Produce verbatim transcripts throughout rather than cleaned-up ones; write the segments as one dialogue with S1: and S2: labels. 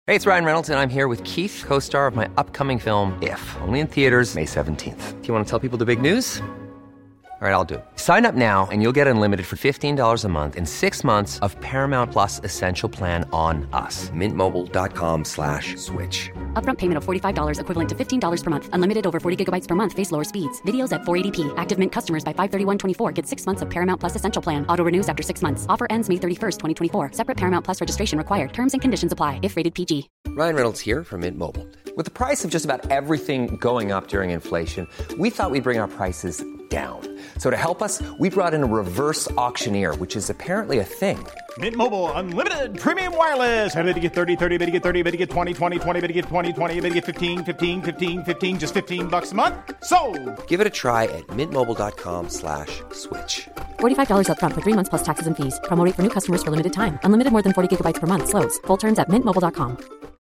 S1: Hey, it's Ryan Reynolds, and I'm here with Keith, co-star of my upcoming film, If, only in theaters May seventeenth. Do you want to tell people the big news? All right, I'll do it. Sign up now and you'll get unlimited for fifteen dollars a month and six months of Paramount Plus Essential Plan on us. Mintmobile.com slash switch.
S2: Upfront payment of forty-five dollars equivalent to fifteen dollars per month. Unlimited over forty gigabytes per month. Face lower speeds. Videos at four eighty p. Active Mint customers by five thirty-one twenty-four get six months of Paramount Plus Essential Plan. Auto renews after six months. Offer ends May thirty-first, twenty twenty-four. Separate Paramount Plus registration required. Terms and conditions apply if rated P G.
S1: Ryan Reynolds here from Mint Mobile. With the price of just about everything going up during inflation, we thought we'd bring our prices down. So to help us, we brought in a reverse auctioneer, which is apparently a thing.
S3: Mint Mobile Unlimited Premium Wireless. How to get thirty, thirty, how to get thirty, how to get twenty, twenty, twenty, how to get twenty, twenty, how to get fifteen, fifteen, fifteen, fifteen, just fifteen bucks a month? Sold!
S1: Give it a try at mintmobile.com slash switch.
S2: forty-five dollars up front for three months plus taxes and fees. Promo rate for new customers for limited time. Unlimited more than forty gigabytes per month. Slows full terms at mint mobile dot com.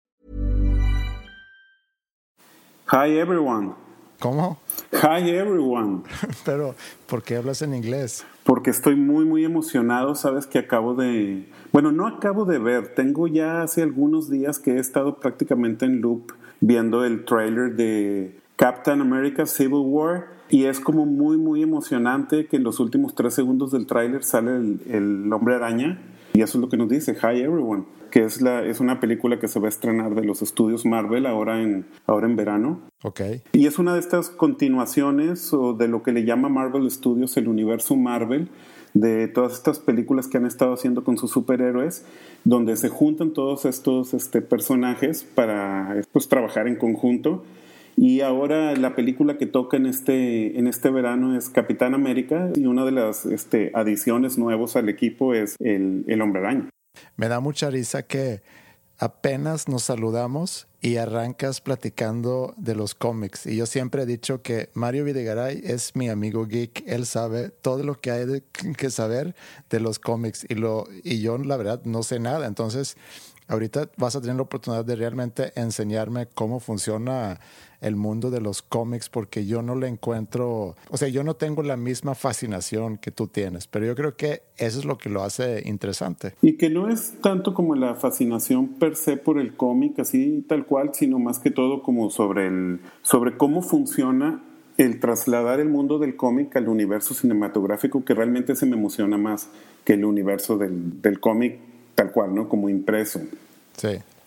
S4: Hi everyone.
S5: ¿Cómo?
S4: Hi everyone.
S5: Pero, ¿por qué hablas en inglés?
S4: Porque estoy muy muy emocionado, sabes que acabo de... Bueno, no acabo de ver, tengo ya hace algunos días que he estado prácticamente en loop viendo el tráiler de Captain America Civil War y es como muy muy emocionante que en los últimos tres segundos del tráiler sale el, el Hombre Araña y eso es lo que nos dice, Hi everyone, que es, la, es una película que se va a estrenar de los estudios Marvel ahora en, ahora en verano.
S5: Okay.
S4: Y es una de estas continuaciones o de lo que le llama Marvel Studios el universo Marvel, de todas estas películas que han estado haciendo con sus superhéroes, donde se juntan todos estos este, personajes para pues, trabajar en conjunto. Y ahora la película que toca en este, en este verano es Capitán América y una de las este, adiciones nuevas al equipo es el, el Hombre Araña.
S5: Me da mucha risa que apenas nos saludamos y arrancas platicando de los cómics. Y yo siempre he dicho que Mario Videgaray es mi amigo geek. Él sabe todo lo que hay de, que saber de los cómics. Y, lo, y yo, la verdad, no sé nada. Entonces, ahorita vas a tener la oportunidad de realmente enseñarme cómo funciona el mundo de los cómics, porque yo no le encuentro, o sea, yo no tengo la misma fascinación que tú tienes, pero yo creo que eso es lo que lo hace interesante.
S4: Y que no es tanto como la fascinación per se por el cómic, así tal cual, sino más que todo como sobre, el, sobre cómo funciona el trasladar el mundo del cómic al universo cinematográfico, que realmente se me emociona más que el universo del, del cómic tal cual, ¿no? Como impreso.
S5: Sí.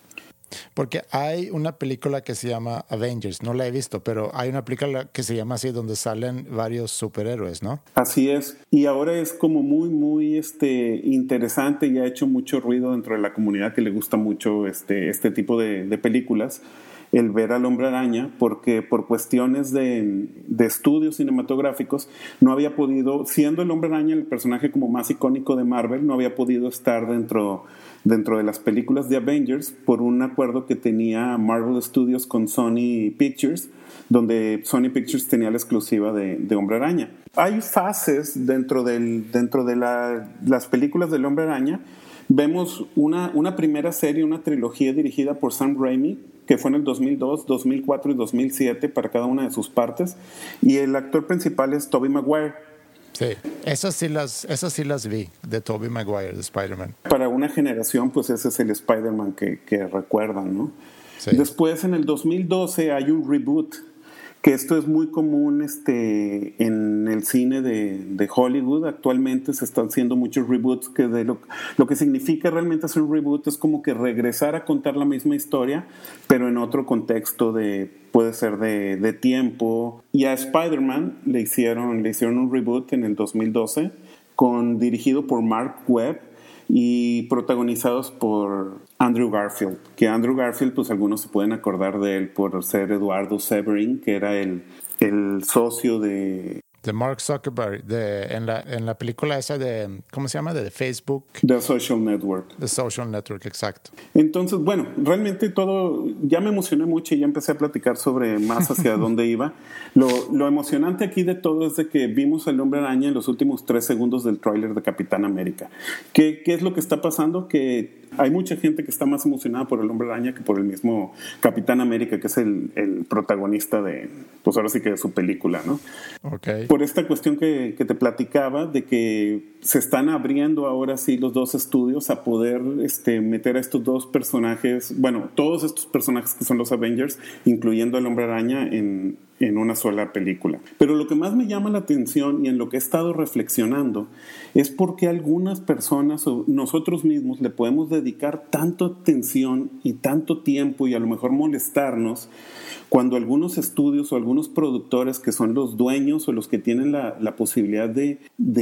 S5: Porque hay una película que se llama Avengers, no la he visto, pero hay una película que se llama así donde salen varios superhéroes, ¿no?
S4: Así es, y ahora es como muy, muy este, interesante y ha hecho mucho ruido dentro de la comunidad que le gusta mucho este, este tipo de, de películas, el ver al Hombre Araña, porque por cuestiones de, de estudios cinematográficos no había podido, siendo el Hombre Araña el personaje como más icónico de Marvel, no había podido estar dentro, dentro de las películas de Avengers por un acuerdo que tenía Marvel Studios con Sony Pictures, donde Sony Pictures tenía la exclusiva de, de Hombre Araña. Hay fases dentro, del, dentro de la, las películas del Hombre Araña. Vemos una, una primera serie, una trilogía dirigida por Sam Raimi, que fue en el dos mil dos, dos mil cuatro y dos mil siete para cada una de sus partes. Y el actor principal es Tobey Maguire.
S5: Sí, esas sí las, esas sí las vi, de Tobey Maguire, de Spider-Man.
S4: Para una generación, pues ese es el Spider-Man que, que recuerdan, ¿no?
S5: Sí.
S4: Después, en el dos mil doce, hay un reboot, que esto es muy común este, en el cine de, de Hollywood. Actualmente se están haciendo muchos reboots, que de lo, lo que significa realmente hacer un reboot es como que regresar a contar la misma historia, pero en otro contexto, de puede ser de, de tiempo. Y a Spider-Man le hicieron, le hicieron un reboot en el dos mil doce, con, dirigido por Mark Webb y protagonizados por Andrew Garfield, que Andrew Garfield, pues algunos se pueden acordar de él por ser Eduardo Severin, que era el, el socio de...
S5: De Mark Zuckerberg, de, en, la, en la película esa de, ¿cómo se llama? De Facebook.
S4: The Social Network.
S5: The Social Network, exacto.
S4: Entonces, bueno, realmente todo, ya me emocioné mucho y ya empecé a platicar sobre más hacia dónde iba. Lo, lo emocionante aquí de todo es de que vimos al Hombre Araña en los últimos tres segundos del tráiler de Capitán América. ¿Qué, ¿Qué es lo que está pasando? Que hay mucha gente que está más emocionada por el Hombre Araña que por el mismo Capitán América, que es el, el protagonista de, pues ahora sí que de su película, ¿no?
S5: Okay.
S4: por esta cuestión que, que te platicaba, de que se están abriendo ahora sí los dos estudios a poder este, meter a estos dos personajes, bueno, todos estos personajes que son los Avengers, incluyendo al Hombre Araña, en, en una sola película. Pero lo que más me llama la atención y en lo que he estado reflexionando es por qué algunas personas o nosotros mismos le podemos dedicar tanto atención y tanto tiempo y a lo mejor molestarnos cuando algunos estudios o algunos productores que son los dueños o los que tienen la, la posibilidad de,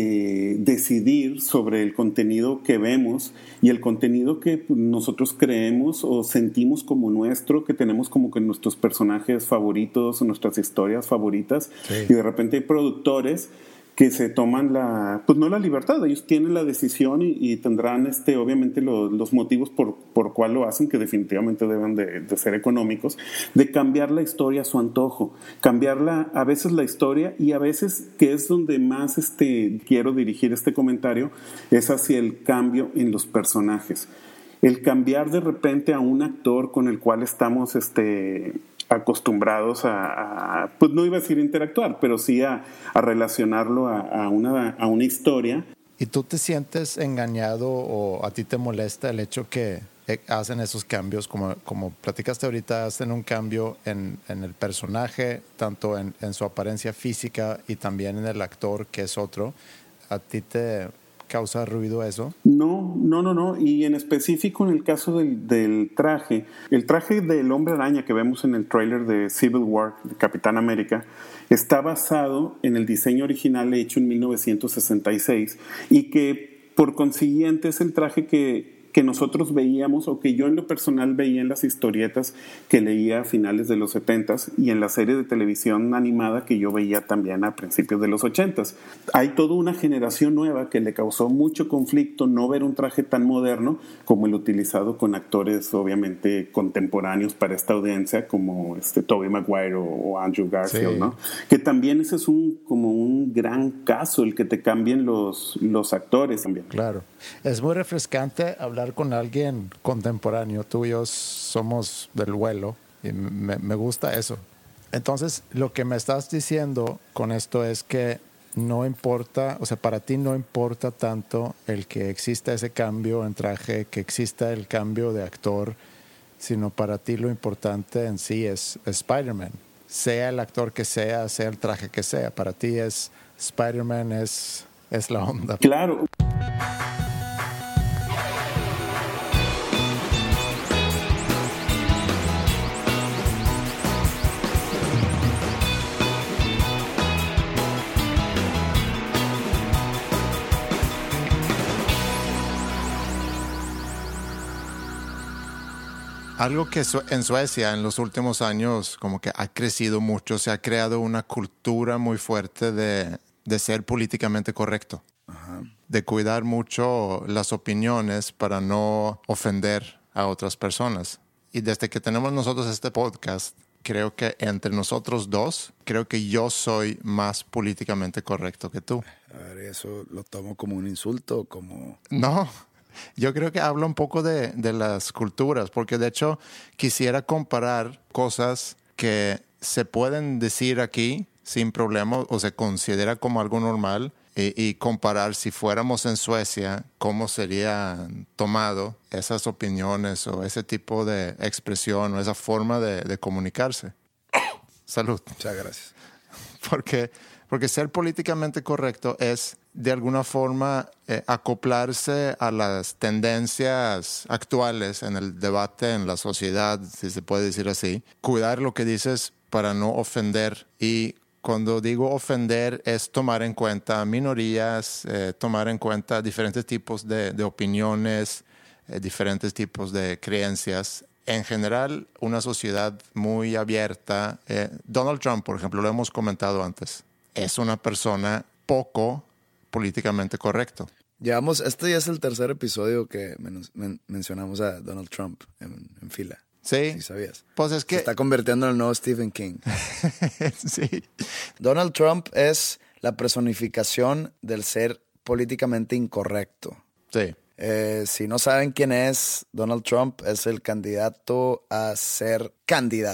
S4: de decidir sobre el contenido que vemos y el contenido que nosotros creemos o sentimos como nuestro, que tenemos como que nuestros personajes favoritos o nuestras historias favoritas, sí. Y de repente hay productores que se toman la, pues no la libertad, ellos tienen la decisión y, y tendrán este, obviamente lo, los motivos por, por cuál lo hacen, que definitivamente deben de, de ser económicos, de cambiar la historia a su antojo, cambiarla a veces la historia y a veces, que es donde más este, quiero dirigir este comentario, es hacia el cambio en los personajes. El cambiar de repente a un actor con el cual estamos este, acostumbrados a, a, pues no iba a decir interactuar, pero sí a, a relacionarlo a, a, una, a una historia.
S5: ¿Y tú te sientes engañado o a ti te molesta el hecho que hacen esos cambios? Como, como platicaste ahorita, hacen un cambio en, en el personaje, tanto en, en su apariencia física y también en el actor, que es otro. ¿A ti te causa ruido eso?
S4: No, no, no, no. Y en específico en el caso del, del traje, el traje del Hombre Araña que vemos en el tráiler de Civil War, de Capitán América, está basado en el diseño original hecho en mil novecientos sesenta y seis y que por consiguiente es el traje que que nosotros veíamos o que yo en lo personal veía en las historietas que leía a finales de los setentas y en la serie de televisión animada que yo veía también a principios de los ochentas. Hay toda una generación nueva que le causó mucho conflicto no ver un traje tan moderno como el utilizado con actores obviamente contemporáneos para esta audiencia como este Tobey Maguire o, o Andrew Garfield, sí. ¿No? Que también ese es un como un gran caso, el que te cambien los, los actores también.
S5: Claro. Es muy refrescante hablar con alguien contemporáneo. Tú y yo somos del vuelo y me, me gusta eso. Entonces, lo que me estás diciendo con esto es que no importa, o sea, para ti no importa tanto el que exista ese cambio en traje, que exista el cambio de actor, sino para ti lo importante en sí es Spider-Man. Sea el actor que sea, sea el traje que sea. Para ti es Spider-Man, es, es la onda.
S4: Claro.
S5: Algo que en Suecia en los últimos años como que ha crecido mucho, se ha creado una cultura muy fuerte de, de ser políticamente correcto, Ajá. de cuidar mucho las opiniones para no ofender a otras personas. Y desde que tenemos nosotros este podcast, creo que entre nosotros dos, creo que yo soy más políticamente correcto que tú.
S6: A ver, ¿eso lo tomo como un insulto? Como...
S5: No. Yo creo que habla un poco de, de las culturas, porque de hecho quisiera comparar cosas que se pueden decir aquí sin problema o se considera como algo normal y, y comparar si fuéramos en Suecia, cómo sería tomado esas opiniones o ese tipo de expresión o esa forma de, de comunicarse. Salud.
S6: Muchas gracias.
S5: Porque, porque ser políticamente correcto es de alguna forma eh, acoplarse a las tendencias actuales en el debate, en la sociedad, si se puede decir así. Cuidar lo que dices para no ofender. Y cuando digo ofender es tomar en cuenta minorías, eh, tomar en cuenta diferentes tipos de, de opiniones, eh, diferentes tipos de creencias. En general, una sociedad muy abierta. Eh, Donald Trump, por ejemplo, lo hemos comentado antes, es una persona poco políticamente correcto.
S6: Llevamos, este ya es el tercer episodio que men- men- mencionamos a Donald Trump en, en fila.
S5: Sí.
S6: ¿Sí sabías?
S5: Pues es que...
S6: Se está convirtiendo en el nuevo Stephen King.
S5: Sí.
S6: Donald Trump es la personificación del ser políticamente incorrecto.
S5: Sí.
S6: Eh, si no saben quién es, Donald Trump es el candidato a ser candidato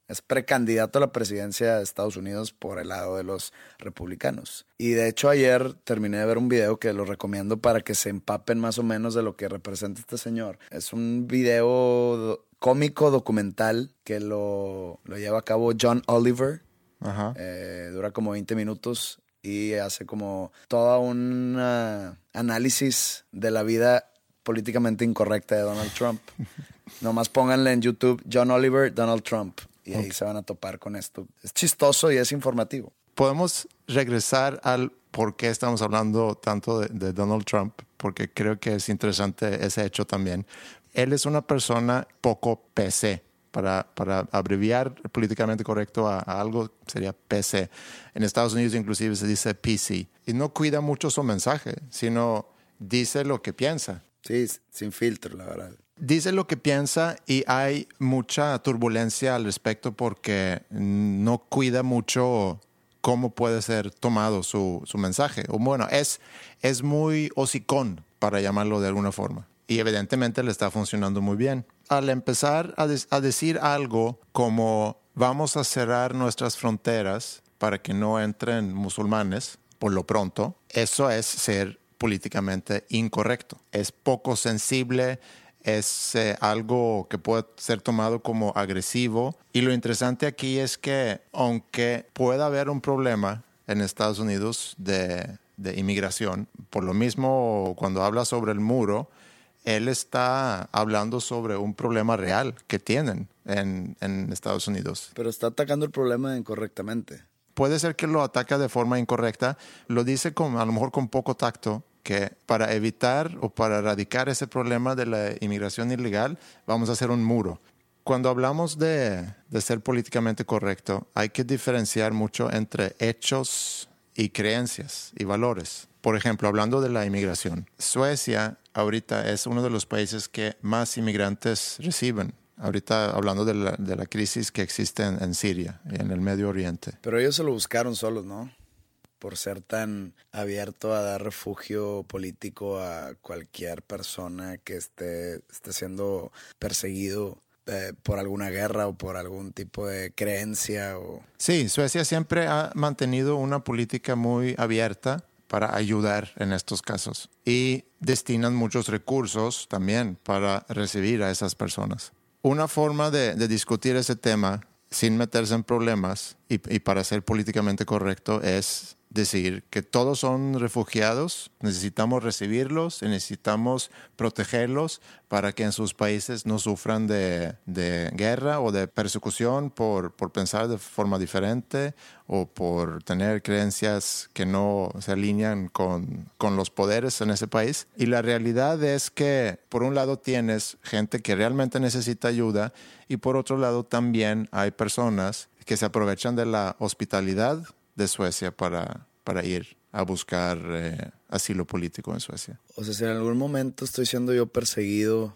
S6: Es precandidato a la presidencia de Estados Unidos por el lado de los republicanos. Y de hecho ayer terminé de ver un video que lo recomiendo para que se empapen más o menos de lo que representa este señor. Es un video cómico documental que lo, lo lleva a cabo John Oliver.
S5: Ajá.
S6: Eh, dura como veinte minutos y hace como todo un uh, análisis de la vida políticamente incorrecta de Donald Trump. Nomás pónganle en YouTube John Oliver, Donald Trump. Y ahí okay. se van a topar con esto. Es chistoso y es informativo.
S5: Podemos regresar al por qué estamos hablando tanto de, de Donald Trump, porque creo que es interesante ese hecho también. Él es una persona poco P C. Para, para abreviar políticamente correcto a, a algo sería P C. En Estados Unidos inclusive se dice P C. Y no cuida mucho su mensaje, sino dice lo que piensa.
S6: Sí, sin filtro, la verdad.
S5: Dice lo que piensa y hay mucha turbulencia al respecto porque no cuida mucho cómo puede ser tomado su, su mensaje. O bueno, es, es muy hocicón, para llamarlo de alguna forma. Y evidentemente le está funcionando muy bien. Al empezar a, de- a decir algo como vamos a cerrar nuestras fronteras para que no entren musulmanes, por lo pronto, eso es ser políticamente incorrecto. Es poco sensible, es eh, algo que puede ser tomado como agresivo. Y lo interesante aquí es que aunque pueda haber un problema en Estados Unidos de, de inmigración, por lo mismo cuando habla sobre el muro, él está hablando sobre un problema real que tienen en, en Estados Unidos.
S6: Pero está atacando el problema incorrectamente.
S5: Puede ser que lo ataca de forma incorrecta. Lo dice con, a lo mejor con poco tacto, que para evitar o para erradicar ese problema de la inmigración ilegal, vamos a hacer un muro. Cuando hablamos de, de ser políticamente correcto, hay que diferenciar mucho entre hechos y creencias y valores. Por ejemplo, hablando de la inmigración, Suecia ahorita es uno de los países que más inmigrantes reciben. Ahorita hablando de la, de la crisis que existe en, en Siria y en el Medio Oriente.
S6: Pero ellos se lo buscaron solos, ¿no? Por ser tan abierto a dar refugio político a cualquier persona que esté, esté siendo perseguido eh, por alguna guerra o por algún tipo de creencia. O...
S5: Sí, Suecia siempre ha mantenido una política muy abierta para ayudar en estos casos y destinan muchos recursos también para recibir a esas personas. Una forma de, de discutir ese tema sin meterse en problemas y, y para ser políticamente correcto es decir que todos son refugiados, necesitamos recibirlos y necesitamos protegerlos para que en sus países no sufran de, de guerra o de persecución por, por pensar de forma diferente o por tener creencias que no se alinean con, con los poderes en ese país. Y la realidad es que por un lado tienes gente que realmente necesita ayuda y por otro lado también hay personas que se aprovechan de la hospitalidad de Suecia para, para ir a buscar eh, asilo político en Suecia.
S6: O sea, si en algún momento estoy siendo yo perseguido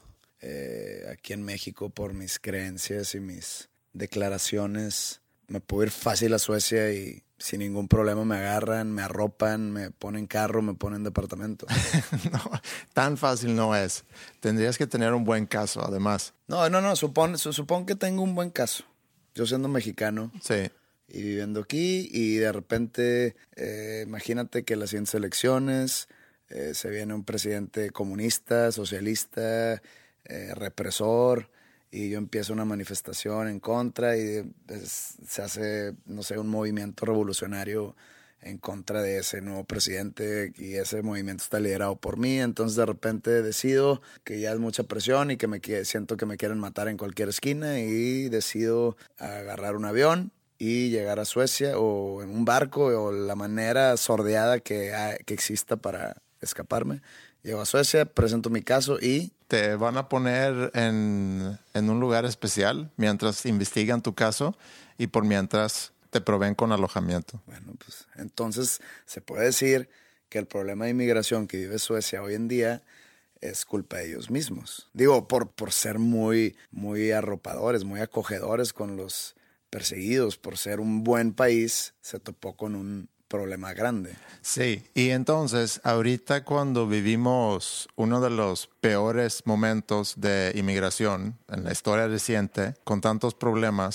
S6: eh, aquí en México por mis creencias y mis declaraciones, me puedo ir fácil a Suecia y sin ningún problema me agarran, me arropan, me ponen carro, me ponen departamento.
S5: No, tan fácil no es. Tendrías que tener un buen caso, además.
S6: No, no, no, supón, supón que tengo un buen caso. Yo siendo mexicano.
S5: Sí.
S6: Y viviendo aquí y de repente, eh, imagínate que las siguientes elecciones eh, se viene un presidente comunista, socialista, eh, represor, y yo empiezo una manifestación en contra y pues, se hace, no sé, un movimiento revolucionario en contra de ese nuevo presidente y ese movimiento está liderado por mí. Entonces de repente decido que ya es mucha presión y que me siento que me quieren matar en cualquier esquina y decido agarrar un avión y llegar a Suecia o en un barco o la manera sordeada que, que exista para escaparme. Llego a Suecia, presento mi caso y...
S5: Te van a poner en, en un lugar especial mientras investigan tu caso y por mientras te proveen con alojamiento.
S6: Bueno, pues entonces se puede decir que el problema de inmigración que vive Suecia hoy en día es culpa de ellos mismos. Digo, por, por ser muy, muy arropadores, muy acogedores con los perseguidos, por ser un buen país, se topó con un problema grande.
S5: Sí, y entonces ahorita cuando vivimos uno de los peores momentos de inmigración en la historia reciente, con tantos problemas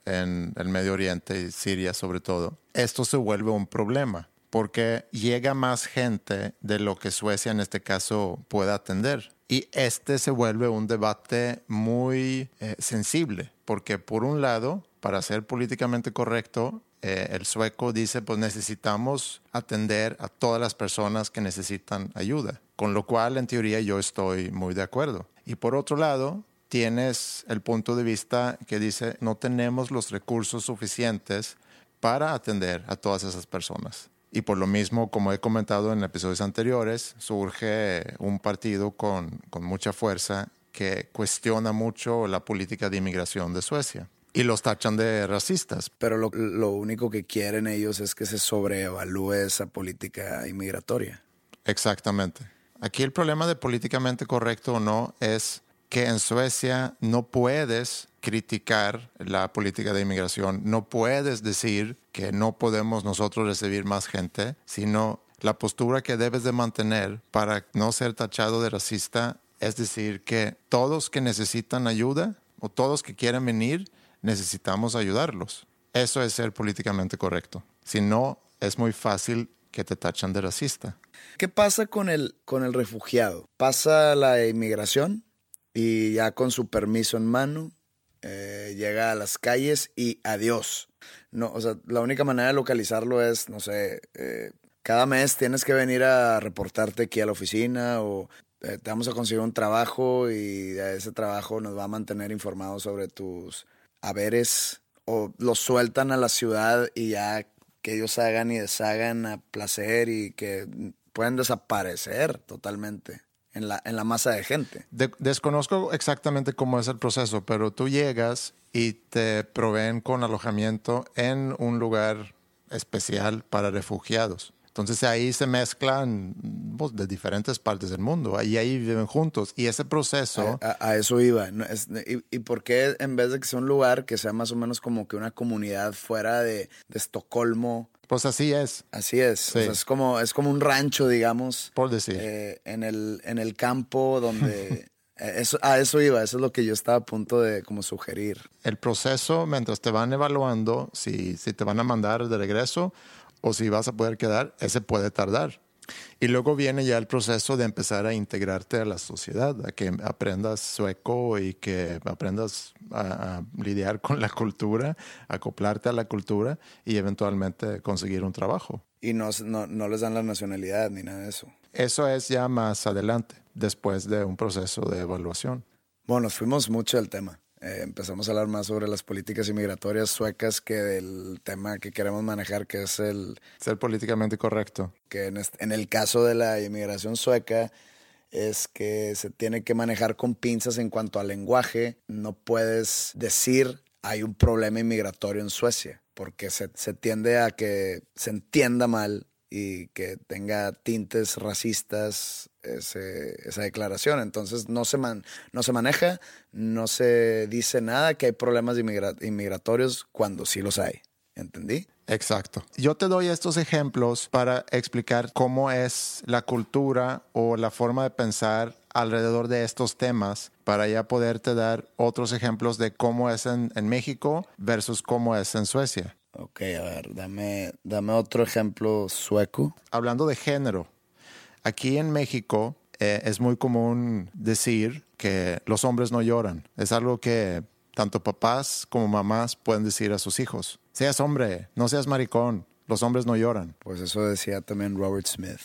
S5: en el Medio Oriente y Siria sobre todo, esto se vuelve un problema porque llega más gente de lo que Suecia en este caso pueda atender. Y este se vuelve un debate muy eh, sensible, porque por un lado, para ser políticamente correcto, eh, el sueco dice, pues necesitamos atender a todas las personas que necesitan ayuda, con lo cual en teoría yo estoy muy de acuerdo. Y por otro lado, tienes el punto de vista que dice, no tenemos los recursos suficientes para atender a todas esas personas. Y por lo mismo, como he comentado en episodios anteriores, surge un partido con, con mucha fuerza que cuestiona mucho la política de inmigración de Suecia. Y los tachan de racistas.
S6: Pero lo, lo único que quieren ellos es que se sobreevalúe esa política inmigratoria.
S5: Exactamente. Aquí el problema de políticamente correcto o no es que en Suecia no puedes criticar la política de inmigración, no puedes decir que no podemos nosotros recibir más gente, sino la postura que debes de mantener para no ser tachado de racista es decir que todos que necesitan ayuda o todos que quieren venir, necesitamos ayudarlos. Eso es ser políticamente correcto. Si no, es muy fácil que te tachan de racista.
S6: ¿Qué pasa con el, con el refugiado? Pasa la inmigración y ya con su permiso en mano eh, llega a las calles y adiós. No, o sea, la única manera de localizarlo es, no sé, eh, cada mes tienes que venir a reportarte aquí a la oficina o eh, te vamos a conseguir un trabajo y de ese trabajo nos va a mantener informados sobre tus haberes, o los sueltan a la ciudad y ya que ellos hagan y deshagan a placer y que pueden desaparecer totalmente en la, en la masa de gente.
S5: De- desconozco exactamente cómo es el proceso, pero tú llegas y te proveen con alojamiento en un lugar especial para refugiados. Entonces ahí se mezclan pues, de diferentes partes del mundo y ahí viven juntos. Y ese proceso...
S6: A, a, a eso iba. ¿No? Es, y, ¿Y por qué en vez de que sea un lugar que sea más o menos como que una comunidad fuera de, de Estocolmo?
S5: Pues así es.
S6: Así es.
S5: Sí.
S6: O sea, es como, es como un rancho, digamos.
S5: Por decir.
S6: Eh, en, el, en el campo donde... eso, a eso iba. Eso es lo que yo estaba a punto de como sugerir.
S5: El proceso, mientras te van evaluando si, si te van a mandar de regreso o si vas a poder quedar, ese puede tardar. Y luego viene ya el proceso de empezar a integrarte a la sociedad, a que aprendas sueco y que aprendas a, a lidiar con la cultura, acoplarte a la cultura y eventualmente conseguir un trabajo.
S6: Y no, no, no les dan la nacionalidad ni nada de eso.
S5: Eso es ya más adelante, después de un proceso de evaluación.
S6: Bueno, nos fuimos mucho del tema. Eh, empezamos a hablar más sobre las políticas inmigratorias suecas que del tema que queremos manejar, que es el...
S5: Ser políticamente correcto.
S6: Que en, este, en el caso de la inmigración sueca es que se tiene que manejar con pinzas en cuanto al lenguaje. No puedes decir hay un problema inmigratorio en Suecia, porque se, se tiende a que se entienda mal y que tenga tintes racistas ese, esa declaración. Entonces no se, man, no se maneja, no se dice nada que hay problemas inmigra- inmigratorios cuando sí los hay. ¿Entendí?
S5: Exacto. Yo te doy estos ejemplos para explicar cómo es la cultura o la forma de pensar alrededor de estos temas para ya poderte dar otros ejemplos de cómo es en, en México versus cómo es en Suecia.
S6: Ok, a ver, dame, dame otro ejemplo sueco.
S5: Hablando de género, aquí en México eh, es muy común decir que los hombres no lloran. Es algo que tanto papás como mamás pueden decir a sus hijos. Seas hombre, no seas maricón, los hombres no lloran.
S6: Pues eso decía también Robert Smith.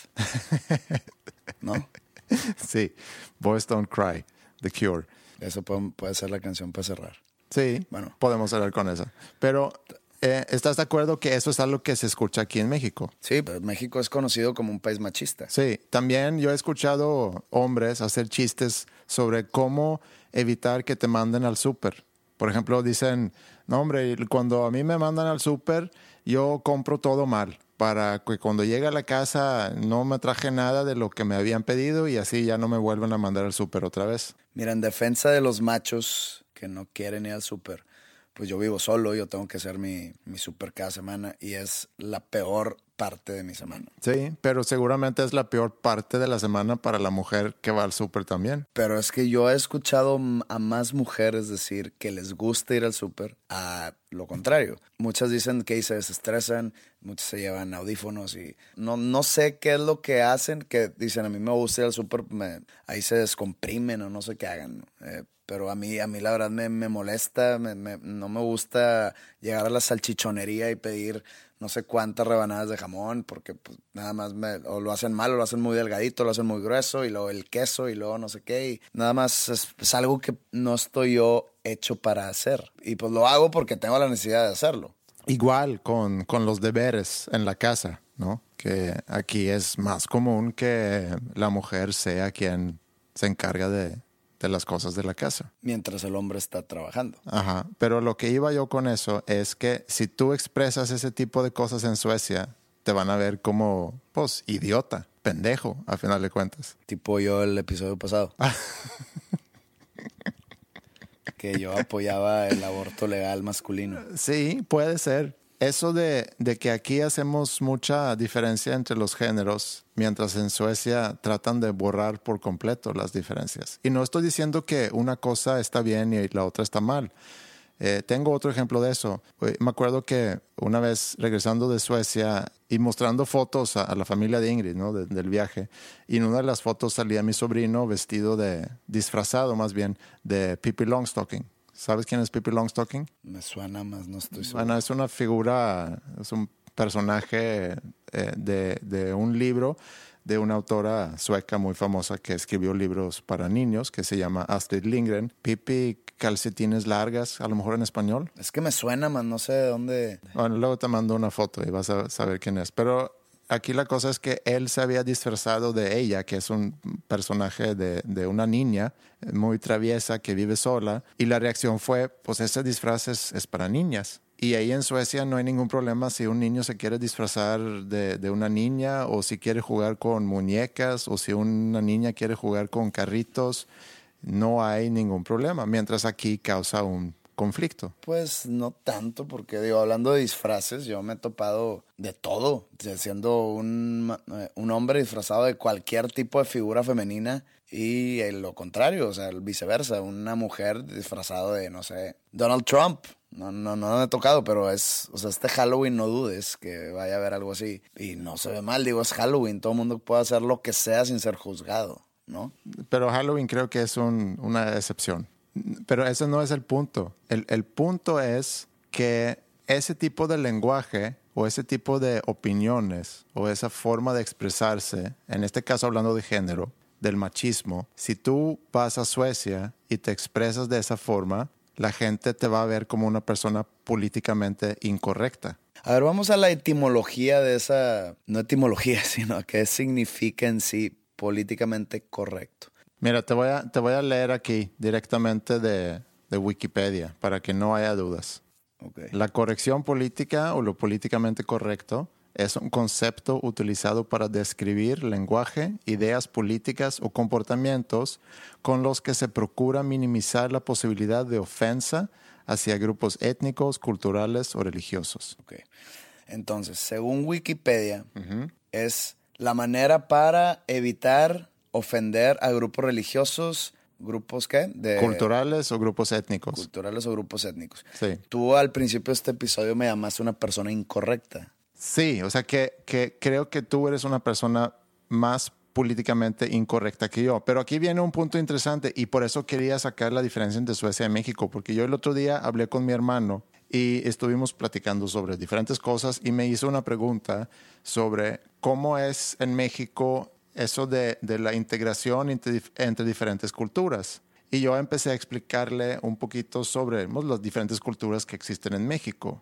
S6: ¿No?
S5: Sí, Boys Don't Cry, The Cure.
S6: Eso puede, puede ser la canción para cerrar.
S5: Sí,
S6: Bueno.
S5: podemos hablar con esa. Pero, eh, ¿estás de acuerdo que eso es algo que se escucha aquí en México?
S6: Sí, pues México es conocido como un país machista.
S5: Sí, también yo he escuchado hombres hacer chistes sobre cómo evitar que te manden al súper. Por ejemplo, dicen, no hombre, cuando a mí me mandan al súper, yo compro todo mal, para que cuando llegue a la casa no me traje nada de lo que me habían pedido y así ya no me vuelven a mandar al súper otra vez.
S6: Mira, en defensa de los machos que no quieren ir al súper, pues yo vivo solo, yo tengo que hacer mi, mi súper cada semana y es la peor parte de mi semana.
S5: Sí, pero seguramente es la peor parte de la semana para la mujer que va al súper también.
S6: Pero es que yo he escuchado a más mujeres decir que les gusta ir al súper a lo contrario. Muchas dicen que ahí se desestresan, muchas se llevan audífonos y no, no sé qué es lo que hacen, que dicen a mí me gusta ir al súper, me, ahí se descomprimen o no sé qué hagan. Eh, pero a mí, a mí la verdad me, me molesta, me, me, no me gusta llegar a la salchichonería y pedir no sé cuántas rebanadas de jamón, porque pues, nada más me, o lo hacen mal, o lo hacen muy delgadito, lo hacen muy grueso, y luego el queso, y luego no sé qué, y nada más es, es algo que no estoy yo hecho para hacer. Y pues lo hago porque tengo la necesidad de hacerlo.
S5: Igual con, con los deberes en la casa, ¿no? Que aquí es más común que la mujer sea quien se encarga de, de las cosas de la casa.
S6: Mientras el hombre está trabajando.
S5: Ajá, pero lo que iba yo con eso es que si tú expresas ese tipo de cosas en Suecia, te van a ver como, pues, idiota, pendejo, a final de cuentas.
S6: Tipo yo el episodio pasado. Que yo apoyaba el aborto legal masculino.
S5: Sí, puede ser. Eso de, de que aquí hacemos mucha diferencia entre los géneros, mientras en Suecia tratan de borrar por completo las diferencias. Y no estoy diciendo que una cosa está bien y la otra está mal. Eh, tengo otro ejemplo de eso. Me acuerdo que una vez regresando de Suecia y mostrando fotos a, a la familia de Ingrid, ¿no? de, del viaje, y en una de las fotos salía mi sobrino vestido de, disfrazado más bien, de Pippi Longstocking. ¿Sabes quién es Pippi Longstocking?
S6: Me suena más, no estoy seguro.
S5: Bueno, es una figura, es un personaje eh, de, de un libro de una autora sueca muy famosa que escribió libros para niños, que se llama Astrid Lindgren. Pippi Calcetines Largas, a lo mejor en español.
S6: Es que me suena, man, no sé de dónde.
S5: Bueno, luego te mando una foto y vas a saber quién es. Pero aquí la cosa es que él se había disfrazado de ella, que es un personaje de, de una niña muy traviesa que vive sola. Y la reacción fue, pues ese disfraz es, es para niñas. Y ahí en Suecia no hay ningún problema si un niño se quiere disfrazar de, de una niña, o si quiere jugar con muñecas, o si una niña quiere jugar con carritos. No hay ningún problema, mientras aquí causa un conflicto.
S6: Pues no tanto, porque digo, hablando de disfraces, yo me he topado de todo, siendo un, un hombre disfrazado de cualquier tipo de figura femenina, y lo contrario, o sea, viceversa, una mujer disfrazada de, no sé, Donald Trump. No, no, no me he tocado, pero es, o sea, este Halloween no dudes que vaya a haber algo así. Y no se ve mal, digo, es Halloween, todo el mundo puede hacer lo que sea sin ser juzgado, ¿no?
S5: Pero Halloween creo que es un, una excepción. Pero ese no es el punto. El, el punto es que ese tipo de lenguaje o ese tipo de opiniones o esa forma de expresarse, en este caso hablando de género, del machismo, si tú vas a Suecia y te expresas de esa forma, la gente te va a ver como una persona políticamente incorrecta.
S6: A ver, vamos a la etimología de esa, no etimología, sino qué significa en sí políticamente correcto.
S5: Mira, te voy a, te voy a leer aquí directamente de, de Wikipedia para que no haya dudas.
S6: Okay.
S5: La corrección política o lo políticamente correcto es un concepto utilizado para describir lenguaje, ideas políticas o comportamientos con los que se procura minimizar la posibilidad de ofensa hacia grupos étnicos, culturales o religiosos.
S6: Okay. Entonces, según Wikipedia, uh-huh. es la manera para evitar ofender a grupos religiosos, grupos ¿qué? De
S5: culturales o grupos étnicos.
S6: Culturales o grupos étnicos.
S5: Sí.
S6: Tú al principio de este episodio me llamaste una persona incorrecta.
S5: Sí, o sea que, que creo que tú eres una persona más políticamente incorrecta que yo. Pero aquí viene un punto interesante y por eso quería sacar la diferencia entre Suecia y México, porque yo el otro día hablé con mi hermano y estuvimos platicando sobre diferentes cosas y me hizo una pregunta sobre cómo es en México eso de, de la integración entre, entre diferentes culturas. Y yo empecé a explicarle un poquito sobre pues, las diferentes culturas que existen en México.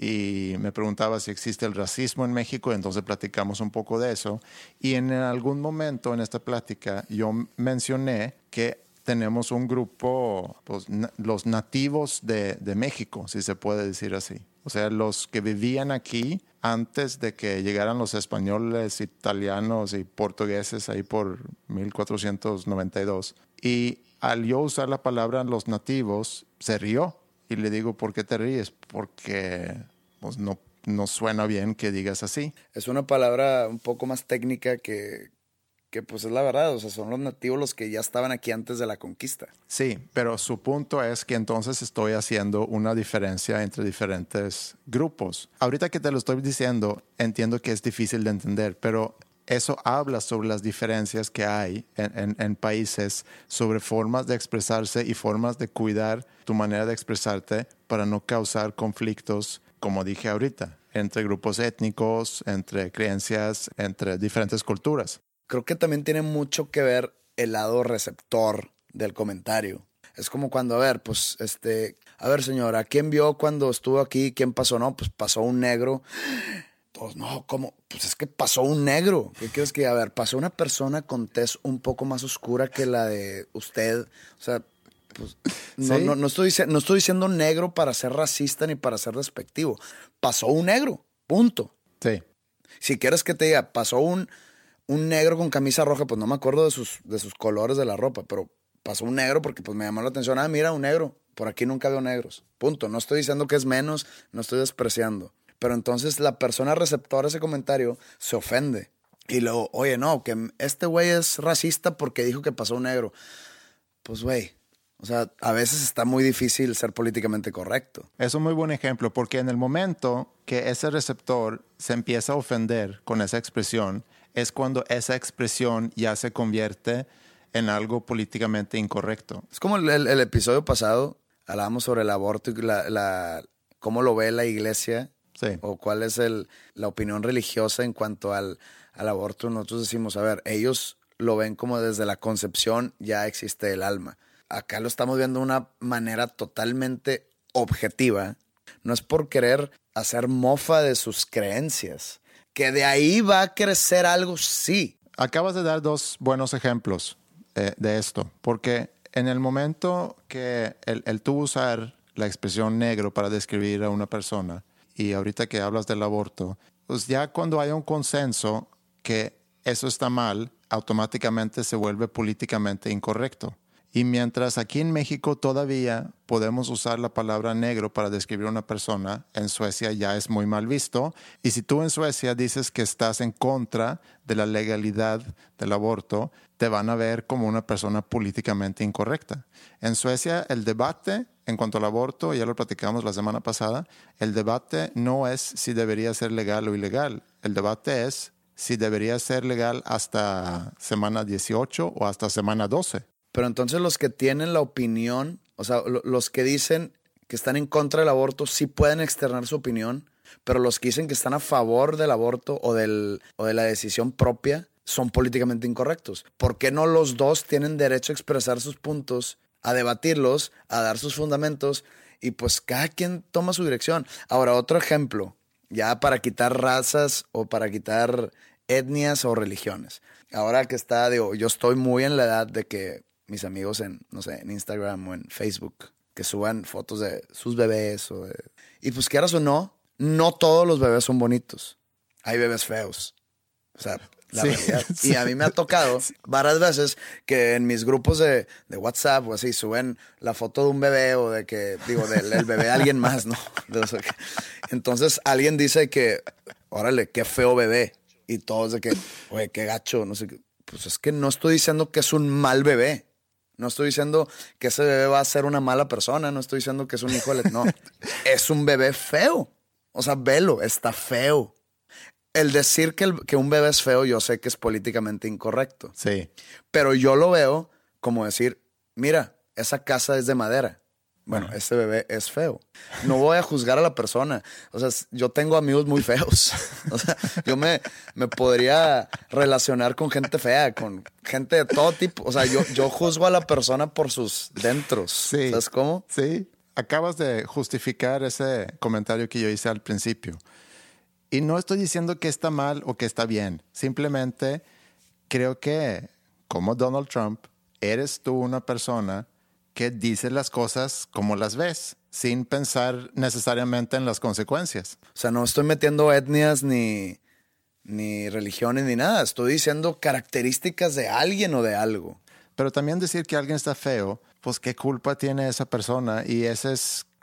S5: Y me preguntaba si existe el racismo en México, entonces platicamos un poco de eso. Y en algún momento en esta plática yo mencioné que tenemos un grupo, pues, na- los nativos de, de México, si se puede decir así. O sea, los que vivían aquí antes de que llegaran los españoles, italianos y portugueses ahí por mil cuatrocientos noventa y dos. Y al yo usar la palabra los nativos, se rió. Y le digo, ¿por qué te ríes? Porque pues, no, no suena bien que digas así.
S6: Es una palabra un poco más técnica que, que pues es la verdad. O sea, son los nativos los que ya estaban aquí antes de la conquista.
S5: Sí, pero su punto es que entonces estoy haciendo una diferencia entre diferentes grupos. Ahorita que te lo estoy diciendo, entiendo que es difícil de entender, pero eso habla sobre las diferencias que hay en, en, en países, sobre formas de expresarse y formas de cuidar tu manera de expresarte para no causar conflictos, como dije ahorita, entre grupos étnicos, entre creencias, entre diferentes culturas.
S6: Creo que también tiene mucho que ver el lado receptor del comentario. Es como cuando, a ver, pues, este, a ver, señora, ¿quién vio cuando estuvo aquí? ¿Quién pasó? No, pues pasó un negro. Todos, no, ¿cómo? Pues es que pasó un negro. ¿Qué quieres que, a ver, pasó una persona con tez un poco más oscura que la de usted? O sea, pues, no,
S5: ¿Sí?
S6: no, no, estoy, no estoy diciendo negro para ser racista ni para ser despectivo. Pasó un negro, punto.
S5: Sí.
S6: Si quieres que te diga, pasó un, un negro con camisa roja, pues no me acuerdo de sus, de sus colores de la ropa, pero pasó un negro porque pues me llamó la atención. Ah, mira, un negro. Por aquí nunca veo negros. Punto. No estoy diciendo que es menos, no estoy despreciando. Pero entonces la persona receptora de ese comentario se ofende. Y luego, oye, no, que este güey es racista porque dijo que pasó un negro. Pues, güey, o sea, a veces está muy difícil ser políticamente correcto.
S5: Es un muy buen ejemplo porque en el momento que ese receptor se empieza a ofender con esa expresión, es cuando esa expresión ya se convierte en algo políticamente incorrecto.
S6: Es como el, el, el episodio pasado, hablábamos sobre el aborto y la, la, cómo lo ve la iglesia.
S5: Sí.
S6: O cuál es el, la opinión religiosa en cuanto al, al aborto. Nosotros decimos, a ver, ellos lo ven como desde la concepción ya existe el alma. Acá lo estamos viendo de una manera totalmente objetiva. No es por querer hacer mofa de sus creencias. Que de ahí va a crecer algo, sí.
S5: Acabas de dar dos buenos ejemplos eh, de esto, porque en el momento que el, el tú usar la expresión negro para describir a una persona, y ahorita que hablas del aborto, pues ya cuando hay un consenso que eso está mal, automáticamente se vuelve políticamente incorrecto. Y mientras aquí en México todavía podemos usar la palabra negro para describir a una persona, en Suecia ya es muy mal visto. Y si tú en Suecia dices que estás en contra de la legalidad del aborto, te van a ver como una persona políticamente incorrecta. En Suecia el debate en cuanto al aborto, ya lo platicamos la semana pasada, el debate no es si debería ser legal o ilegal. El debate es si debería ser legal hasta semana dieciocho o hasta semana doce.
S6: Pero entonces los que tienen la opinión, o sea, los que dicen que están en contra del aborto sí pueden externar su opinión, pero los que dicen que están a favor del aborto o, del, o de la decisión propia son políticamente incorrectos. ¿Por qué no los dos tienen derecho a expresar sus puntos, a debatirlos, a dar sus fundamentos y pues cada quien toma su dirección? Ahora, otro ejemplo, ya para quitar razas o para quitar etnias o religiones. Ahora que está, digo, yo estoy muy en la edad de que mis amigos en, no sé, en Instagram o en Facebook, que suban fotos de sus bebés o de... Y pues quieras o no, no todos los bebés son bonitos. Hay bebés feos. O sea, la
S5: sí,
S6: realidad.
S5: sí.
S6: Y a mí me ha tocado varias veces que en mis grupos de, de WhatsApp o así suben la foto de un bebé o de que, digo, del el bebé de alguien más, ¿no? Entonces alguien dice que, órale, qué feo bebé. Y todos de que, oye, qué gacho, no sé qué. Pues es que no estoy diciendo que es un mal bebé. No estoy diciendo que ese bebé va a ser una mala persona. No estoy diciendo que es un hijo de... No, es un bebé feo. O sea, velo, está feo. El decir que, el, que un bebé es feo, yo sé que es políticamente incorrecto.
S5: Sí.
S6: Pero yo lo veo como decir, mira, esa casa es de madera. Bueno, ese bebé es feo. No voy a juzgar a la persona. O sea, yo tengo amigos muy feos. O sea, yo me, me podría relacionar con gente fea, con gente de todo tipo. O sea, yo, yo juzgo a la persona por sus dentros.
S5: Sí.
S6: ¿Sabes cómo?
S5: Sí. Acabas de justificar ese comentario que yo hice al principio. Y no estoy diciendo que está mal o que está bien. Simplemente creo que, como Donald Trump, eres tú una persona que dice las cosas como las ves, sin pensar necesariamente en las consecuencias.
S6: O sea, no estoy metiendo etnias ni, ni religiones ni nada. Estoy diciendo características de alguien o de algo.
S5: Pero también decir que alguien está feo, pues qué culpa tiene esa persona. Y ese es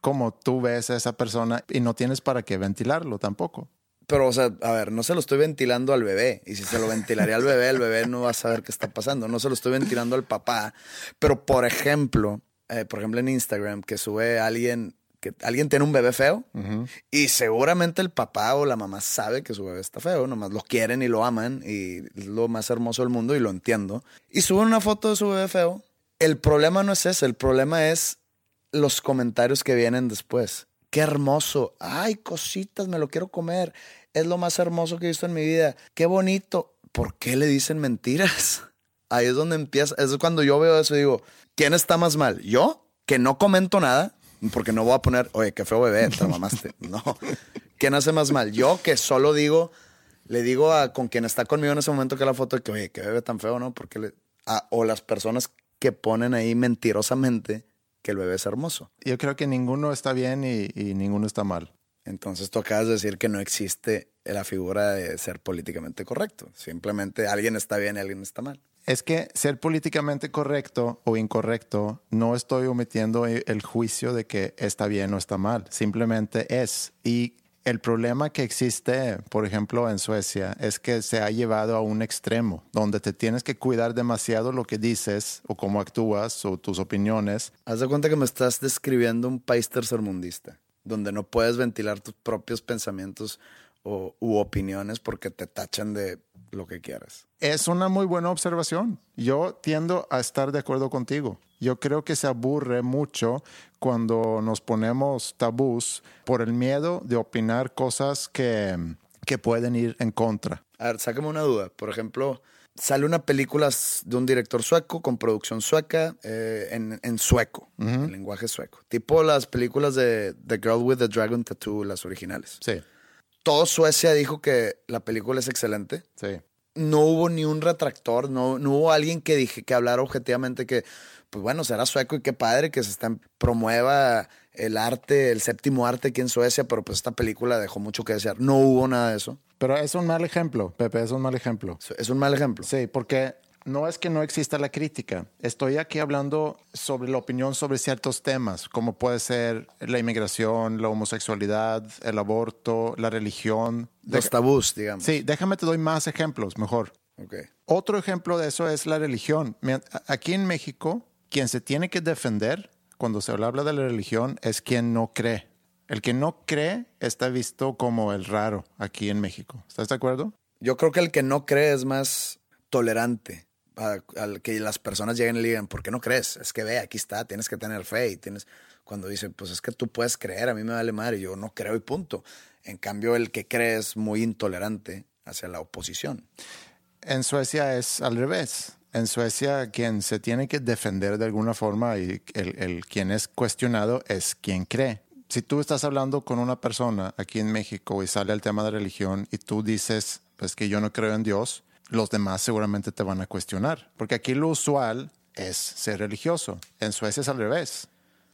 S5: como tú ves a esa persona y no tienes para qué ventilarlo tampoco.
S6: Pero, o sea, a ver, no se lo estoy ventilando al bebé. Y si se lo ventilaría al bebé, el bebé no va a saber qué está pasando. No se lo estoy ventilando al papá. Pero, por ejemplo, eh, por ejemplo en Instagram, que sube alguien... que alguien tiene un bebé feo, uh-huh, y seguramente el papá o la mamá sabe que su bebé está feo, nomás lo quieren y lo aman y es lo más hermoso del mundo y lo entiendo. Y suben una foto de su bebé feo. El problema no es ese, el problema es los comentarios que vienen después. Qué hermoso. Ay, cositas, me lo quiero comer. Es lo más hermoso que he visto en mi vida. Qué bonito. ¿Por qué le dicen mentiras? Ahí es donde empieza. Es cuando yo veo eso y digo, ¿quién está más mal? ¿Yo? Que no comento nada. Porque no voy a poner, oye, qué feo bebé, te mamaste. No. ¿Quién hace más mal? Yo, que solo digo, le digo a con quien está conmigo en ese momento que la foto de que, oye, qué bebé tan feo, ¿no? Porque le, a, o las personas que ponen ahí mentirosamente que el bebé es hermoso.
S5: Yo creo que ninguno está bien y, y ninguno está mal.
S6: Entonces tú acabas de decir que no existe la figura de ser políticamente correcto. Simplemente alguien está bien y alguien está mal.
S5: Es que ser políticamente correcto o incorrecto, no estoy omitiendo el juicio de que está bien o está mal. Simplemente es. Y el problema que existe, por ejemplo, en Suecia, es que se ha llevado a un extremo, donde te tienes que cuidar demasiado lo que dices o cómo actúas o tus opiniones.
S6: Haz de cuenta que me estás describiendo un país tercermundista, donde no puedes ventilar tus propios pensamientos o, u opiniones porque te tachan de lo que quieras.
S5: Es una muy buena observación. Yo tiendo a estar de acuerdo contigo. Yo creo que se aburre mucho cuando nos ponemos tabús por el miedo de opinar cosas que, que pueden ir en contra.
S6: A ver, sácame una duda. Por ejemplo, sale una película de un director sueco con producción sueca eh, en, en sueco, uh-huh, en lenguaje sueco. Tipo las películas de The Girl with the Dragon Tattoo, las originales.
S5: Sí.
S6: Todo Suecia dijo que la película es excelente.
S5: Sí.
S6: No hubo ni un retractor, no, no hubo alguien que dije que hablara objetivamente que, pues bueno, será sueco y qué padre que se está, promueva el arte, el séptimo arte aquí en Suecia, pero pues esta película dejó mucho que desear. No hubo nada de eso.
S5: Pero es un mal ejemplo, Pepe, es un mal ejemplo.
S6: Es un mal ejemplo.
S5: Sí, porque no es que no exista la crítica. Estoy aquí hablando sobre la opinión sobre ciertos temas, como puede ser la inmigración, la homosexualidad, el aborto, la religión.
S6: Los tabús, digamos.
S5: Sí, déjame te doy más ejemplos, mejor.
S6: Okay.
S5: Otro ejemplo de eso es la religión. Aquí en México, quien se tiene que defender cuando se habla de la religión es quien no cree. El que no cree está visto como el raro aquí en México. ¿Estás de acuerdo?
S6: Yo creo que el que no cree es más tolerante. Al que las personas lleguen y le digan, ¿por qué no crees? Es que ve, aquí está, tienes que tener fe. Y tienes... Cuando dicen, pues es que tú puedes creer, a mí me vale madre, y yo no creo y punto. En cambio, el que cree es muy intolerante hacia la oposición.
S5: En Suecia es al revés. En Suecia, quien se tiene que defender de alguna forma y el, el quien es cuestionado es quien cree. Si tú estás hablando con una persona aquí en México y sale el tema de religión y tú dices, pues que yo no creo en Dios, los demás seguramente te van a cuestionar. Porque aquí lo usual es ser religioso. En Suecia es al revés.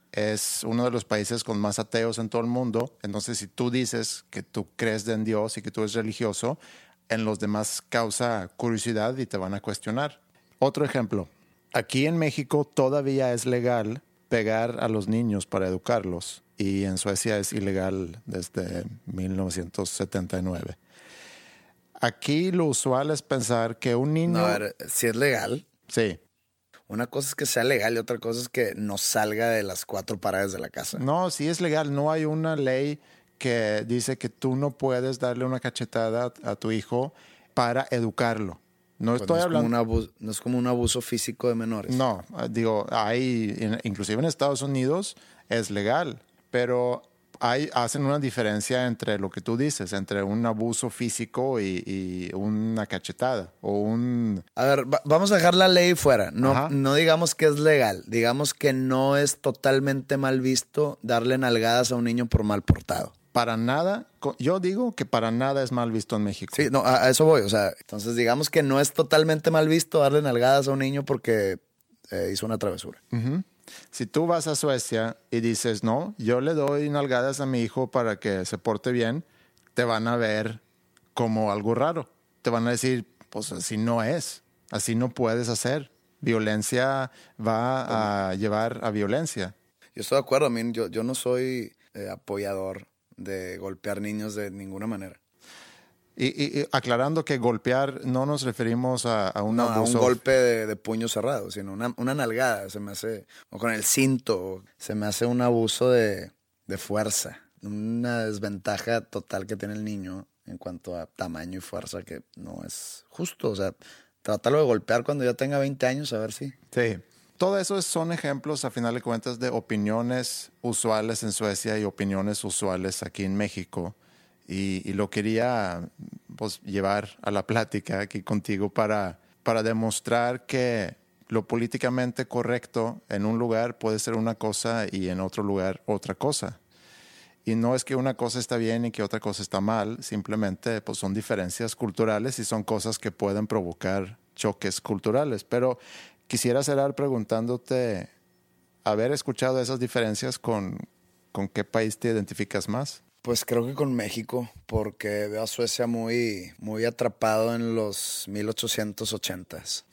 S5: Es uno de los países con más ateos en todo el mundo. Entonces, si tú dices que tú crees en Dios y que tú eres religioso, en los demás causa curiosidad y te van a cuestionar. Otro ejemplo. Aquí en México todavía es legal pegar a los niños para educarlos. Y en Suecia es ilegal desde mil novecientos setenta y nueve. Aquí lo usual es pensar que un niño...
S6: No, a ver, si es legal.
S5: Sí.
S6: Una cosa es que sea legal y otra cosa es que no salga de las cuatro paredes de la casa.
S5: No, sí es legal. No hay una ley que dice que tú no puedes darle una cachetada a tu hijo para educarlo. No
S6: pues
S5: estoy
S6: no es
S5: hablando...
S6: Como un abuso, no es como un abuso físico de menores.
S5: No, digo, hay... Inclusive en Estados Unidos es legal, pero... Hay, hacen una diferencia entre lo que tú dices, entre un abuso físico y, y una cachetada o un...
S6: A ver, va, vamos a dejar la ley fuera. No, no digamos que es legal. Digamos que no es totalmente mal visto darle nalgadas a un niño por mal portado.
S5: Para nada. Yo digo que para nada es mal visto en México.
S6: Sí, no, a, a eso voy. O sea, entonces digamos que no es totalmente mal visto darle nalgadas a un niño porque eh, hizo una travesura.
S5: Uh-huh. Si tú vas a Suecia y dices, no, yo le doy nalgadas a mi hijo para que se porte bien, te van a ver como algo raro. Te van a decir, pues así no es, así no puedes hacer. Violencia va a llevar a violencia.
S6: Yo estoy de acuerdo, a mí, yo, yo no soy eh, apoyador de golpear niños de ninguna manera.
S5: Y, y, y aclarando que golpear no nos referimos a, a un
S6: no,
S5: abuso.
S6: a un golpe de, de puño cerrado, sino una, una nalgada, se me hace, o con el cinto, se me hace un abuso de, de fuerza, una desventaja total que tiene el niño en cuanto a tamaño y fuerza que no es justo. O sea, tratarlo de golpear cuando ya tenga veinte años, a ver si...
S5: Sí. Todo eso son ejemplos, a final de cuentas, de opiniones usuales en Suecia y opiniones usuales aquí en México. Y, y lo quería pues, llevar a la plática aquí contigo para, para demostrar que lo políticamente correcto en un lugar puede ser una cosa y en otro lugar otra cosa. Y no es que una cosa está bien y que otra cosa está mal, simplemente pues, son diferencias culturales y son cosas que pueden provocar choques culturales. Pero quisiera cerrar preguntándote, haber escuchado esas diferencias, ¿con, con qué país te identificas más?
S6: Pues creo que con México, porque veo a Suecia muy, muy atrapado en los mil ochocientos ochentas.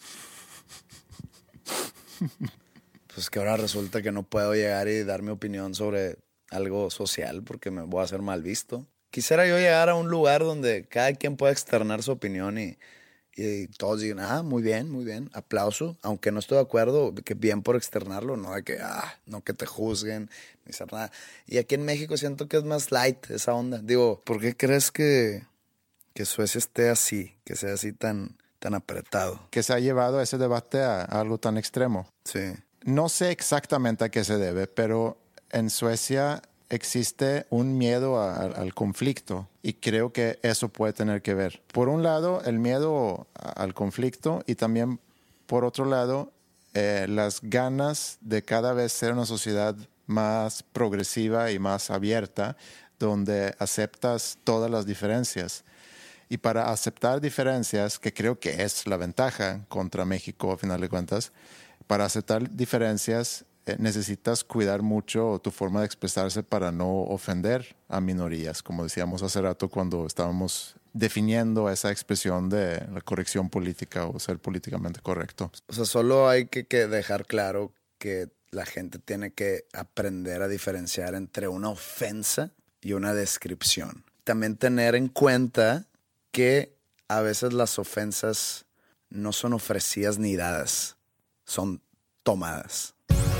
S6: Pues que ahora resulta que no puedo llegar y dar mi opinión sobre algo social porque me voy a hacer mal visto. Quisiera yo llegar a un lugar donde cada quien pueda externar su opinión y, y todos digan, ah, muy bien, muy bien, aplauso, aunque no estoy de acuerdo, que bien por externarlo, no de que, ah, no que te juzguen, ni hacer nada. Y aquí en México siento que es más light esa onda. Digo, ¿por qué crees que, que Suecia esté así, que sea así tan, tan apretado?
S5: Que se ha llevado ese debate a, a algo tan extremo.
S6: Sí.
S5: No sé exactamente a qué se debe, pero en Suecia existe un miedo a, a, al conflicto y creo que eso puede tener que ver. Por un lado, el miedo a, al conflicto y también, por otro lado, eh, las ganas de cada vez ser una sociedad más progresiva y más abierta, donde aceptas todas las diferencias. Y para aceptar diferencias, que creo que es la ventaja contra México, a final de cuentas, para aceptar diferencias necesitas cuidar mucho tu forma de expresarse para no ofender a minorías, como decíamos hace rato cuando estábamos definiendo esa expresión de la corrección política o ser políticamente correcto.
S6: O sea, solo hay que, que dejar claro que la gente tiene que aprender a diferenciar entre una ofensa y una descripción. También tener en cuenta que a veces las ofensas no son ofrecidas ni dadas, son tomadas.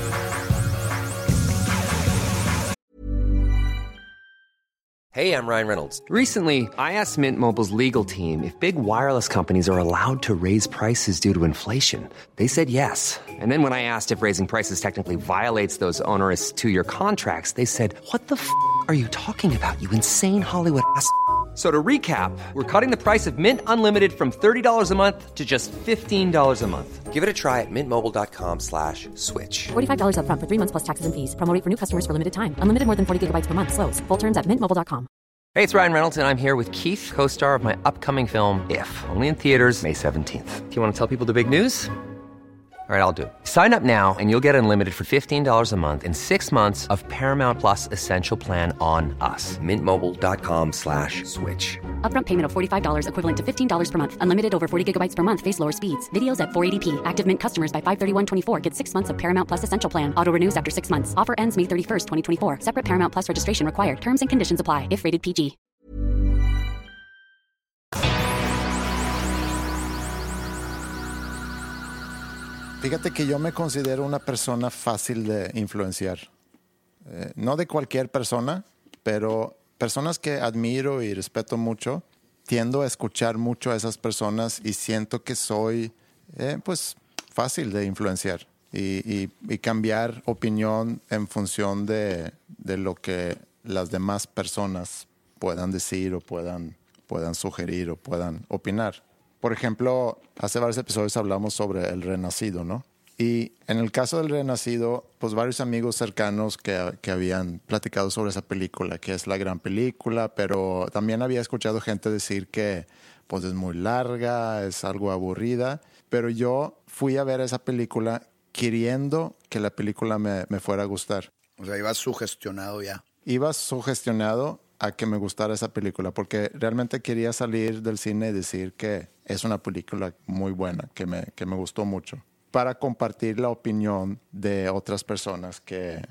S1: Hey, I'm Ryan Reynolds. Recently, I asked Mint Mobile's legal team if big wireless companies are allowed to raise prices due to inflation. They said yes. And then when I asked if raising prices technically violates those onerous two-year contracts, they said, what the f*** are you talking about, you insane Hollywood ass f- So to recap, we're cutting the price of Mint Unlimited from thirty dollars a month to just fifteen dollars a month. Give it a try at mintmobile.com slash switch.
S2: forty-five dollars up front for three months plus taxes and fees. Promo rate for new customers for limited time. Unlimited more than forty gigabytes per month. Slows full terms at mint mobile dot com.
S1: Hey, it's Ryan Reynolds, and I'm here with Keith, co-star of my upcoming film, If, only in theaters May seventeenth. Do you want to tell people the big news? All right, I'll do it. Sign up now and you'll get unlimited for fifteen dollars a month and six months of Paramount Plus Essential Plan on us. Mintmobile.com slash switch.
S2: Upfront payment of forty-five dollars equivalent to fifteen dollars per month. Unlimited over forty gigabytes per month. Face lower speeds. Videos at four eighty p. Active Mint customers by five thirty-one twenty-four get six months of Paramount Plus Essential Plan. Auto renews after six months. Offer ends May thirty-first, twenty twenty-four. Separate Paramount Plus registration required. Terms and conditions apply if rated P G.
S5: Fíjate que yo me considero una persona fácil de influenciar. Eh, no de cualquier persona, pero personas que admiro y respeto mucho. Tiendo a escuchar mucho a esas personas y siento que soy eh, pues fácil de influenciar y, y, y cambiar opinión en función de, de lo que las demás personas puedan decir o puedan, puedan sugerir o puedan opinar. Por ejemplo, hace varios episodios hablamos sobre El Renacido, ¿no? Y en el caso del Renacido, pues varios amigos cercanos que, que habían platicado sobre esa película, que es la gran película, pero también había escuchado gente decir que pues es muy larga, es algo aburrida. Pero yo fui a ver esa película queriendo que la película me, me fuera a gustar.
S6: O sea, ibas sugestionado ya.
S5: Iba sugestionado a que me gustara esa película, porque realmente quería salir del cine y decir que es una película muy buena, que me, que me gustó mucho, para compartir la opinión de otras personas que,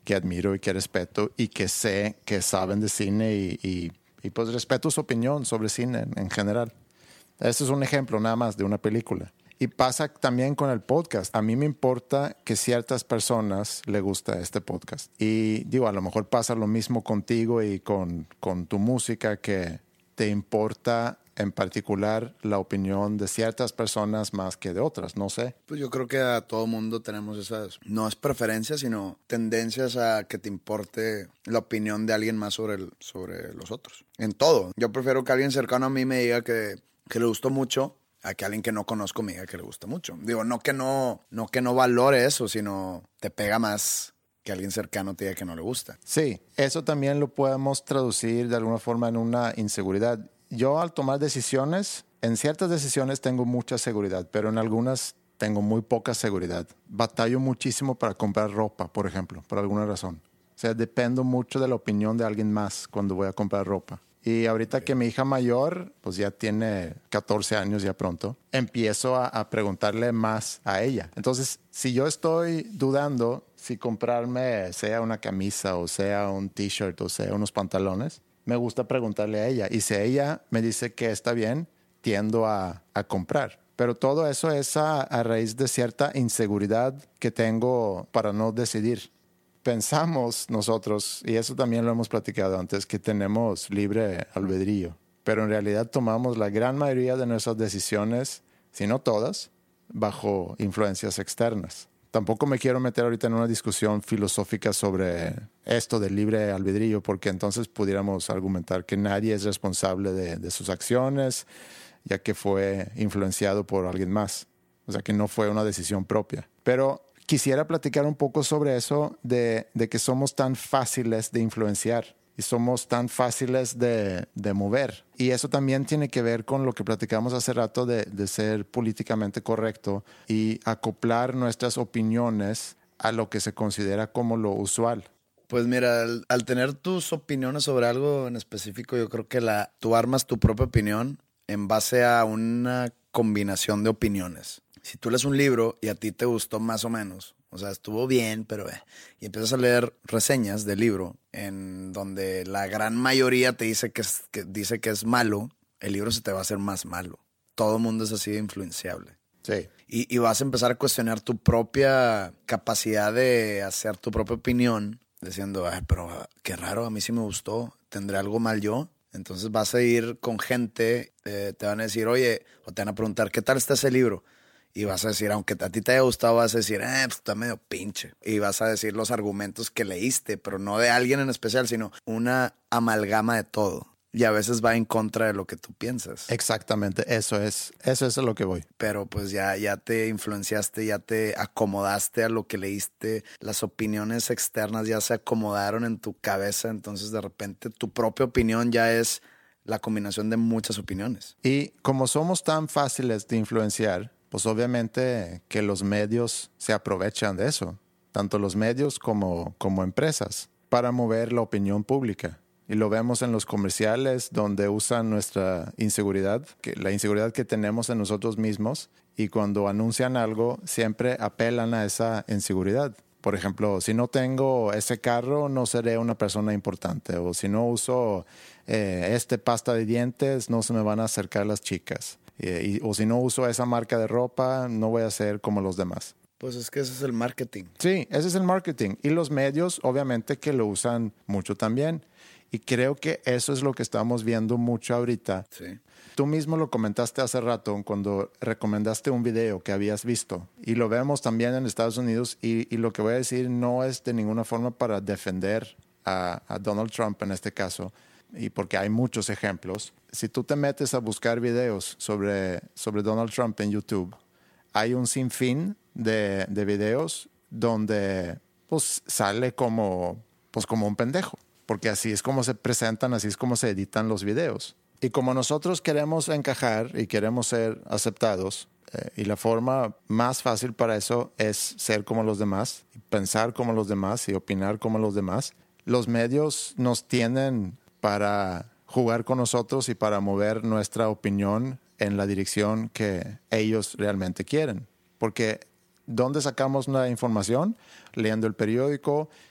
S5: que admiro y que respeto y que sé que saben de cine y, y, y pues respeto su opinión sobre cine en, en general. Este es un ejemplo nada más de una película. Y pasa también con el podcast. A mí me importa que ciertas personas le gusta este podcast. Y digo, a lo mejor pasa lo mismo contigo y con, con tu música, que te importa en particular la opinión de ciertas personas más que de otras, no sé.
S6: Pues yo creo que a todo mundo tenemos esas, no es preferencias, sino tendencias a que te importe la opinión de alguien más sobre, el, sobre los otros. En todo. Yo prefiero que alguien cercano a mí me diga que, que le gustó mucho, a que alguien que no conozco me diga que le gusta mucho. Digo, no que no, no que no valore eso, sino te pega más que alguien cercano te diga que no le gusta.
S5: Sí, eso también lo podemos traducir de alguna forma en una inseguridad. Yo al tomar decisiones, en ciertas decisiones tengo mucha seguridad, pero en algunas tengo muy poca seguridad. Batallo muchísimo para comprar ropa, por ejemplo, por alguna razón. O sea, dependo mucho de la opinión de alguien más cuando voy a comprar ropa. Y ahorita que mi hija mayor, pues ya tiene catorce años ya pronto, empiezo a, a preguntarle más a ella. Entonces, si yo estoy dudando si comprarme sea una camisa o sea un t-shirt o sea unos pantalones, me gusta preguntarle a ella. Y si ella me dice que está bien, tiendo a, a comprar. Pero todo eso es a, a raíz de cierta inseguridad que tengo para no decidir. Pensamos nosotros, y eso también lo hemos platicado antes, que tenemos libre albedrío, pero en realidad tomamos la gran mayoría de nuestras decisiones, si no todas, bajo influencias externas. Tampoco me quiero meter ahorita en una discusión filosófica sobre esto del libre albedrío, porque entonces pudiéramos argumentar que nadie es responsable de, de sus acciones, ya que fue influenciado por alguien más. O sea, que no fue una decisión propia. Pero quisiera platicar un poco sobre eso de, de que somos tan fáciles de influenciar y somos tan fáciles de, de mover. Y eso también tiene que ver con lo que platicamos hace rato de, de ser políticamente correcto y acoplar nuestras opiniones a lo que se considera como lo usual.
S6: Pues mira, al, al tener tus opiniones sobre algo en específico, yo creo que la, tú armas tu propia opinión en base a una combinación de opiniones. Si tú lees un libro y a ti te gustó más o menos, o sea, estuvo bien, pero eh, y empiezas a leer reseñas del libro en donde la gran mayoría te dice que es, que dice que es malo, el libro se te va a hacer más malo. Todo el mundo es así de influenciable.
S5: Sí.
S6: Y, y vas a empezar a cuestionar tu propia capacidad de hacer tu propia opinión, diciendo, ay, pero qué raro, a mí sí me gustó, ¿tendré algo mal yo? Entonces vas a ir con gente, eh, te van a decir, oye, o te van a preguntar, ¿qué tal está ese libro? Y vas a decir, aunque a ti te haya gustado, vas a decir, eh, pues está medio pinche. Y vas a decir los argumentos que leíste, pero no de alguien en especial, sino una amalgama de todo. Y a veces va en contra de lo que tú piensas.
S5: Exactamente, eso es, eso es a lo que voy.
S6: Pero pues ya, ya te influenciaste, ya te acomodaste a lo que leíste. Las opiniones externas ya se acomodaron en tu cabeza. Entonces de repente tu propia opinión ya es la combinación de muchas opiniones.
S5: Y como somos tan fáciles de influenciar, pues obviamente que los medios se aprovechan de eso, tanto los medios como, como empresas, para mover la opinión pública. Y lo vemos en los comerciales donde usan nuestra inseguridad, que, la inseguridad que tenemos en nosotros mismos, y cuando anuncian algo siempre apelan a esa inseguridad. Por ejemplo, si no tengo ese carro, no seré una persona importante. O si no uso eh, este pasta de dientes, no se me van a acercar las chicas. Y, o si no uso esa marca de ropa, no voy a ser como los demás.
S6: Pues es que ese es el marketing.
S5: Sí, ese es el marketing. Y los medios, obviamente, que lo usan mucho también. Y creo que eso es lo que estamos viendo mucho ahorita.
S6: Sí.
S5: Tú mismo lo comentaste hace rato cuando recomendaste un video que habías visto. Y lo vemos también en Estados Unidos. Y, y lo que voy a decir no es de ninguna forma para defender a, a Donald Trump en este caso. Y porque hay muchos ejemplos. Si tú te metes a buscar videos sobre, sobre Donald Trump en YouTube, hay un sinfín de, de videos donde pues, sale como, pues, como un pendejo. Porque así es como se presentan, así es como se editan los videos. Y como nosotros queremos encajar y queremos ser aceptados, eh, y la forma más fácil para eso es ser como los demás, pensar como los demás y opinar como los demás, los medios nos tienen para jugar con nosotros y para mover nuestra opinión en la dirección que ellos realmente quieren. Porque ¿dónde sacamos la información? Leyendo el periódico,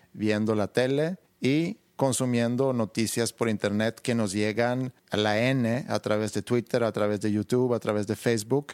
S5: viendo la tele y consumiendo noticias por internet que nos llegan a la N a través de Twitter, a través de YouTube, a través de Facebook.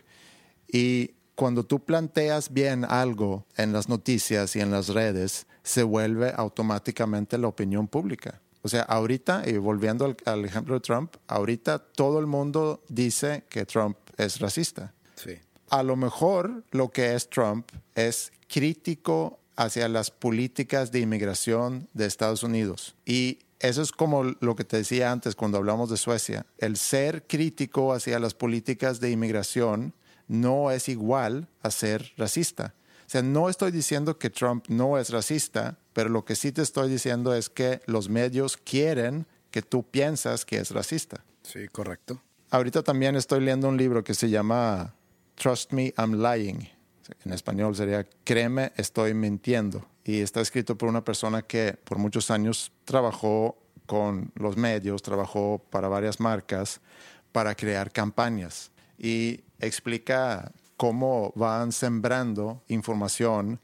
S5: Y cuando tú planteas bien algo en las noticias y en las redes, se vuelve automáticamente la opinión pública. O sea, ahorita, y volviendo al, al ejemplo de Trump, ahorita todo el mundo dice que Trump es racista.
S6: Sí.
S5: A lo mejor lo que es Trump es crítico hacia las políticas de inmigración de Estados Unidos. Y eso es como lo que te decía antes cuando hablamos de Suecia. El ser crítico hacia las políticas de inmigración no es igual a ser racista. O sea, no estoy diciendo que Trump no es racista, pero lo que sí te estoy diciendo es que los medios quieren que tú piensas que es racista.
S6: Sí, correcto.
S5: Ahorita también estoy leyendo un libro que se llama Trust Me, I'm Lying. En español sería Créeme, estoy mintiendo. Y está escrito por una persona que por muchos años trabajó con los medios, trabajó para varias marcas para crear campañas. Y explica cómo van sembrando información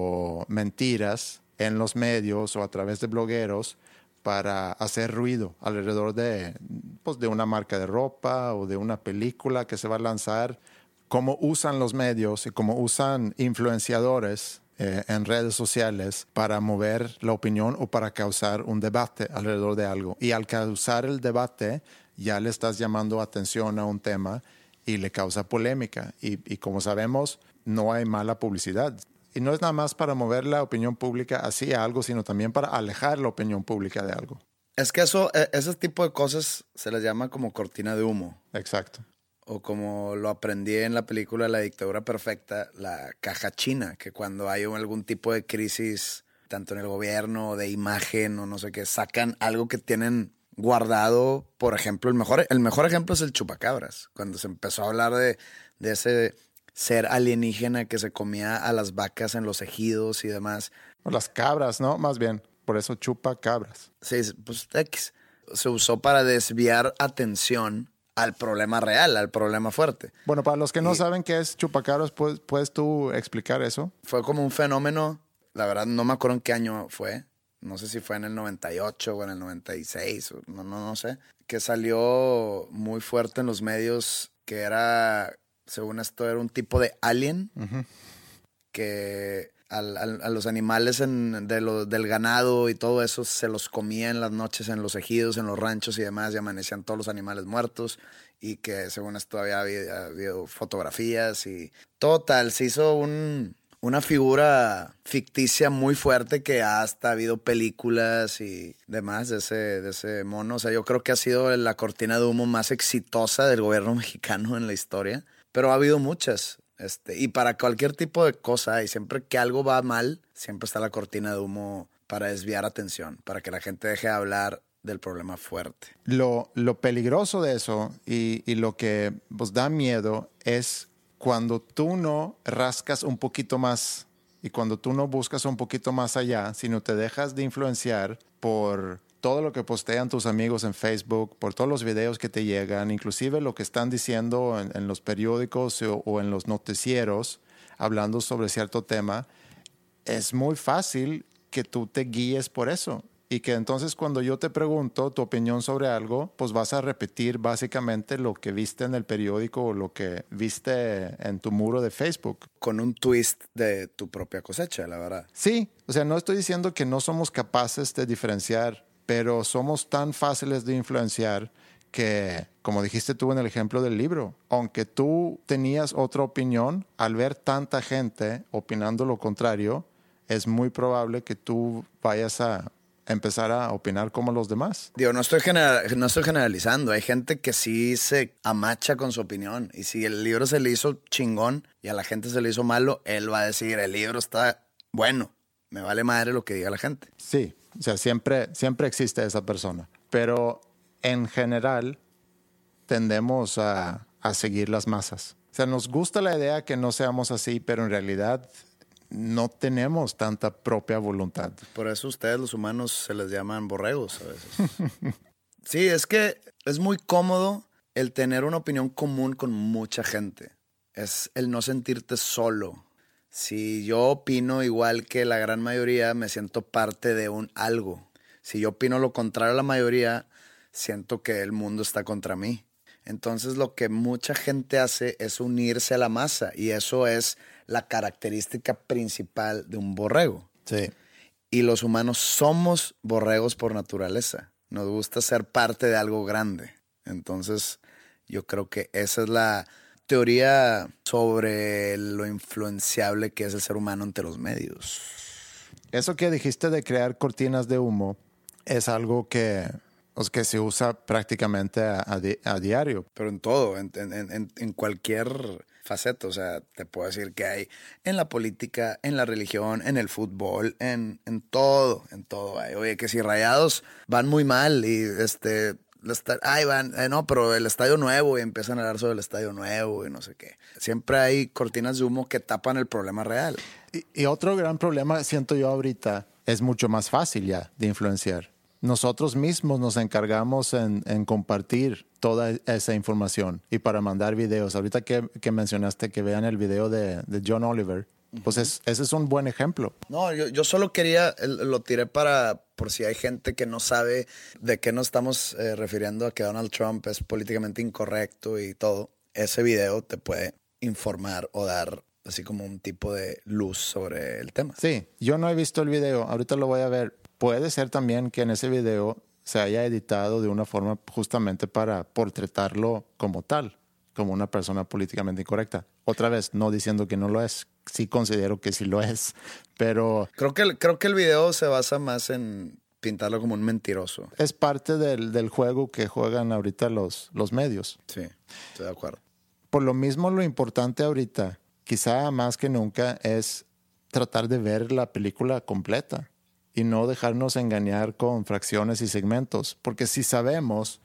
S5: o mentiras en los medios o a través de blogueros para hacer ruido alrededor de, pues, de una marca de ropa o de una película que se va a lanzar. Cómo usan los medios y cómo usan influenciadores eh, en redes sociales para mover la opinión o para causar un debate alrededor de algo. Y al causar el debate, ya le estás llamando atención a un tema y le causa polémica. Y, y como sabemos, no hay mala publicidad. Y no es nada más para mover la opinión pública hacia algo, sino también para alejar la opinión pública de algo.
S6: Es que eso, ese tipo de cosas se les llama como cortina de humo.
S5: Exacto.
S6: O como lo aprendí en la película La Dictadura Perfecta, la caja china, que cuando hay algún tipo de crisis, tanto en el gobierno, de imagen o no sé qué, sacan algo que tienen guardado. Por ejemplo, el mejor, el mejor ejemplo es el chupacabras. Cuando se empezó a hablar de, de ese ser alienígena que se comía a las vacas en los ejidos y demás.
S5: O las cabras, ¿no? Más bien, por eso chupacabras.
S6: Sí, pues X. Se usó para desviar atención al problema real, al problema fuerte.
S5: Bueno, para los que no
S6: y
S5: saben qué es chupacabras, ¿puedes, ¿puedes tú explicar eso?
S6: Fue como un fenómeno, la verdad no me acuerdo en qué año fue, no sé si fue en el noventa y ocho o en el noventa y seis, no, no, no sé, que salió muy fuerte en los medios, que era, según esto, era un tipo de alien, uh-huh. que al, al, a los animales en, de lo, del ganado y todo eso se los comía en las noches en los ejidos, en los ranchos y demás, y amanecían todos los animales muertos, y que según esto había habido, habido fotografías y total, se hizo un, una figura ficticia muy fuerte que hasta ha habido películas y demás de ese, de ese mono. O sea, yo creo que ha sido la cortina de humo más exitosa del gobierno mexicano en la historia, pero ha habido muchas. Este, y para cualquier tipo de cosa, y siempre que algo va mal, siempre está la cortina de humo para desviar atención, para que la gente deje de hablar del problema fuerte.
S5: Lo, lo peligroso de eso y, y lo que pues, da miedo es cuando tú no rascas un poquito más y cuando tú no buscas un poquito más allá, sino te dejas de influenciar por todo lo que postean tus amigos en Facebook, por todos los videos que te llegan, inclusive lo que están diciendo en, en los periódicos o, o en los noticieros, hablando sobre cierto tema, es muy fácil que tú te guíes por eso. Y que entonces cuando yo te pregunto tu opinión sobre algo, pues vas a repetir básicamente lo que viste en el periódico o lo que viste en tu muro de Facebook.
S6: Con un twist de tu propia cosecha, la verdad.
S5: Sí, o sea, no estoy diciendo que no somos capaces de diferenciar, pero somos tan fáciles de influenciar que, como dijiste tú en el ejemplo del libro, aunque tú tenías otra opinión, al ver tanta gente opinando lo contrario, es muy probable que tú vayas a empezar a opinar como los demás.
S6: Digo, no estoy, general, no estoy generalizando. Hay gente que sí se amacha con su opinión. Y si el libro se le hizo chingón y a la gente se le hizo malo, él va a decir, el libro está bueno. Me vale madre lo que diga la gente.
S5: Sí, o sea, siempre, siempre existe esa persona. Pero en general tendemos a, a seguir las masas. O sea, nos gusta la idea que no seamos así, pero en realidad no tenemos tanta propia voluntad.
S6: Por eso ustedes los humanos se les llaman borregos a veces. Sí, es que es muy cómodo el tener una opinión común con mucha gente. Es el no sentirte solo. Si yo opino igual que la gran mayoría, me siento parte de un algo. Si yo opino lo contrario a la mayoría, siento que el mundo está contra mí. Entonces lo que mucha gente hace es unirse a la masa, y eso es la característica principal de un borrego.
S5: Sí.
S6: Y los humanos somos borregos por naturaleza. Nos gusta ser parte de algo grande. Entonces yo creo que esa es la teoría sobre lo influenciable que es el ser humano ante los medios.
S5: Eso que dijiste de crear cortinas de humo es algo que, pues, que se usa prácticamente a, a, di- a diario.
S6: Pero en todo, en, en, en, en cualquier faceta. O sea, te puedo decir que hay en la política, en la religión, en el fútbol, en, en todo, en todo hay. Oye, que si Rayados van muy mal y este... Ay, van, eh, no, pero el estadio nuevo, y empiezan a hablar sobre el estadio nuevo y no sé qué. Siempre hay cortinas de humo que tapan el problema real.
S5: Y, y otro gran problema, siento yo ahorita, es mucho más fácil ya de influenciar. Nosotros mismos nos encargamos en, en compartir toda esa información y para mandar videos. Ahorita que, que mencionaste que vean el video de, de John Oliver, pues es, ese es un buen ejemplo.
S6: No, yo, yo solo quería, lo tiré para, por si hay gente que no sabe de qué nos estamos eh, refiriendo a que Donald Trump es políticamente incorrecto y todo. Ese video te puede informar o dar así como un tipo de luz sobre el tema.
S5: Sí, yo no he visto el video, ahorita lo voy a ver. Puede ser también que en ese video se haya editado de una forma justamente para portretarlo como tal, como una persona políticamente incorrecta. Otra vez, no diciendo que no lo es. Sí considero que sí lo es, pero...
S6: Creo que, el, creo que el video se basa más en pintarlo como un mentiroso.
S5: Es parte del, del juego que juegan ahorita los, los medios.
S6: Sí, estoy de acuerdo.
S5: Por lo mismo, lo importante ahorita, quizá más que nunca, es tratar de ver la película completa y no dejarnos engañar con fracciones y segmentos. Porque si sabemos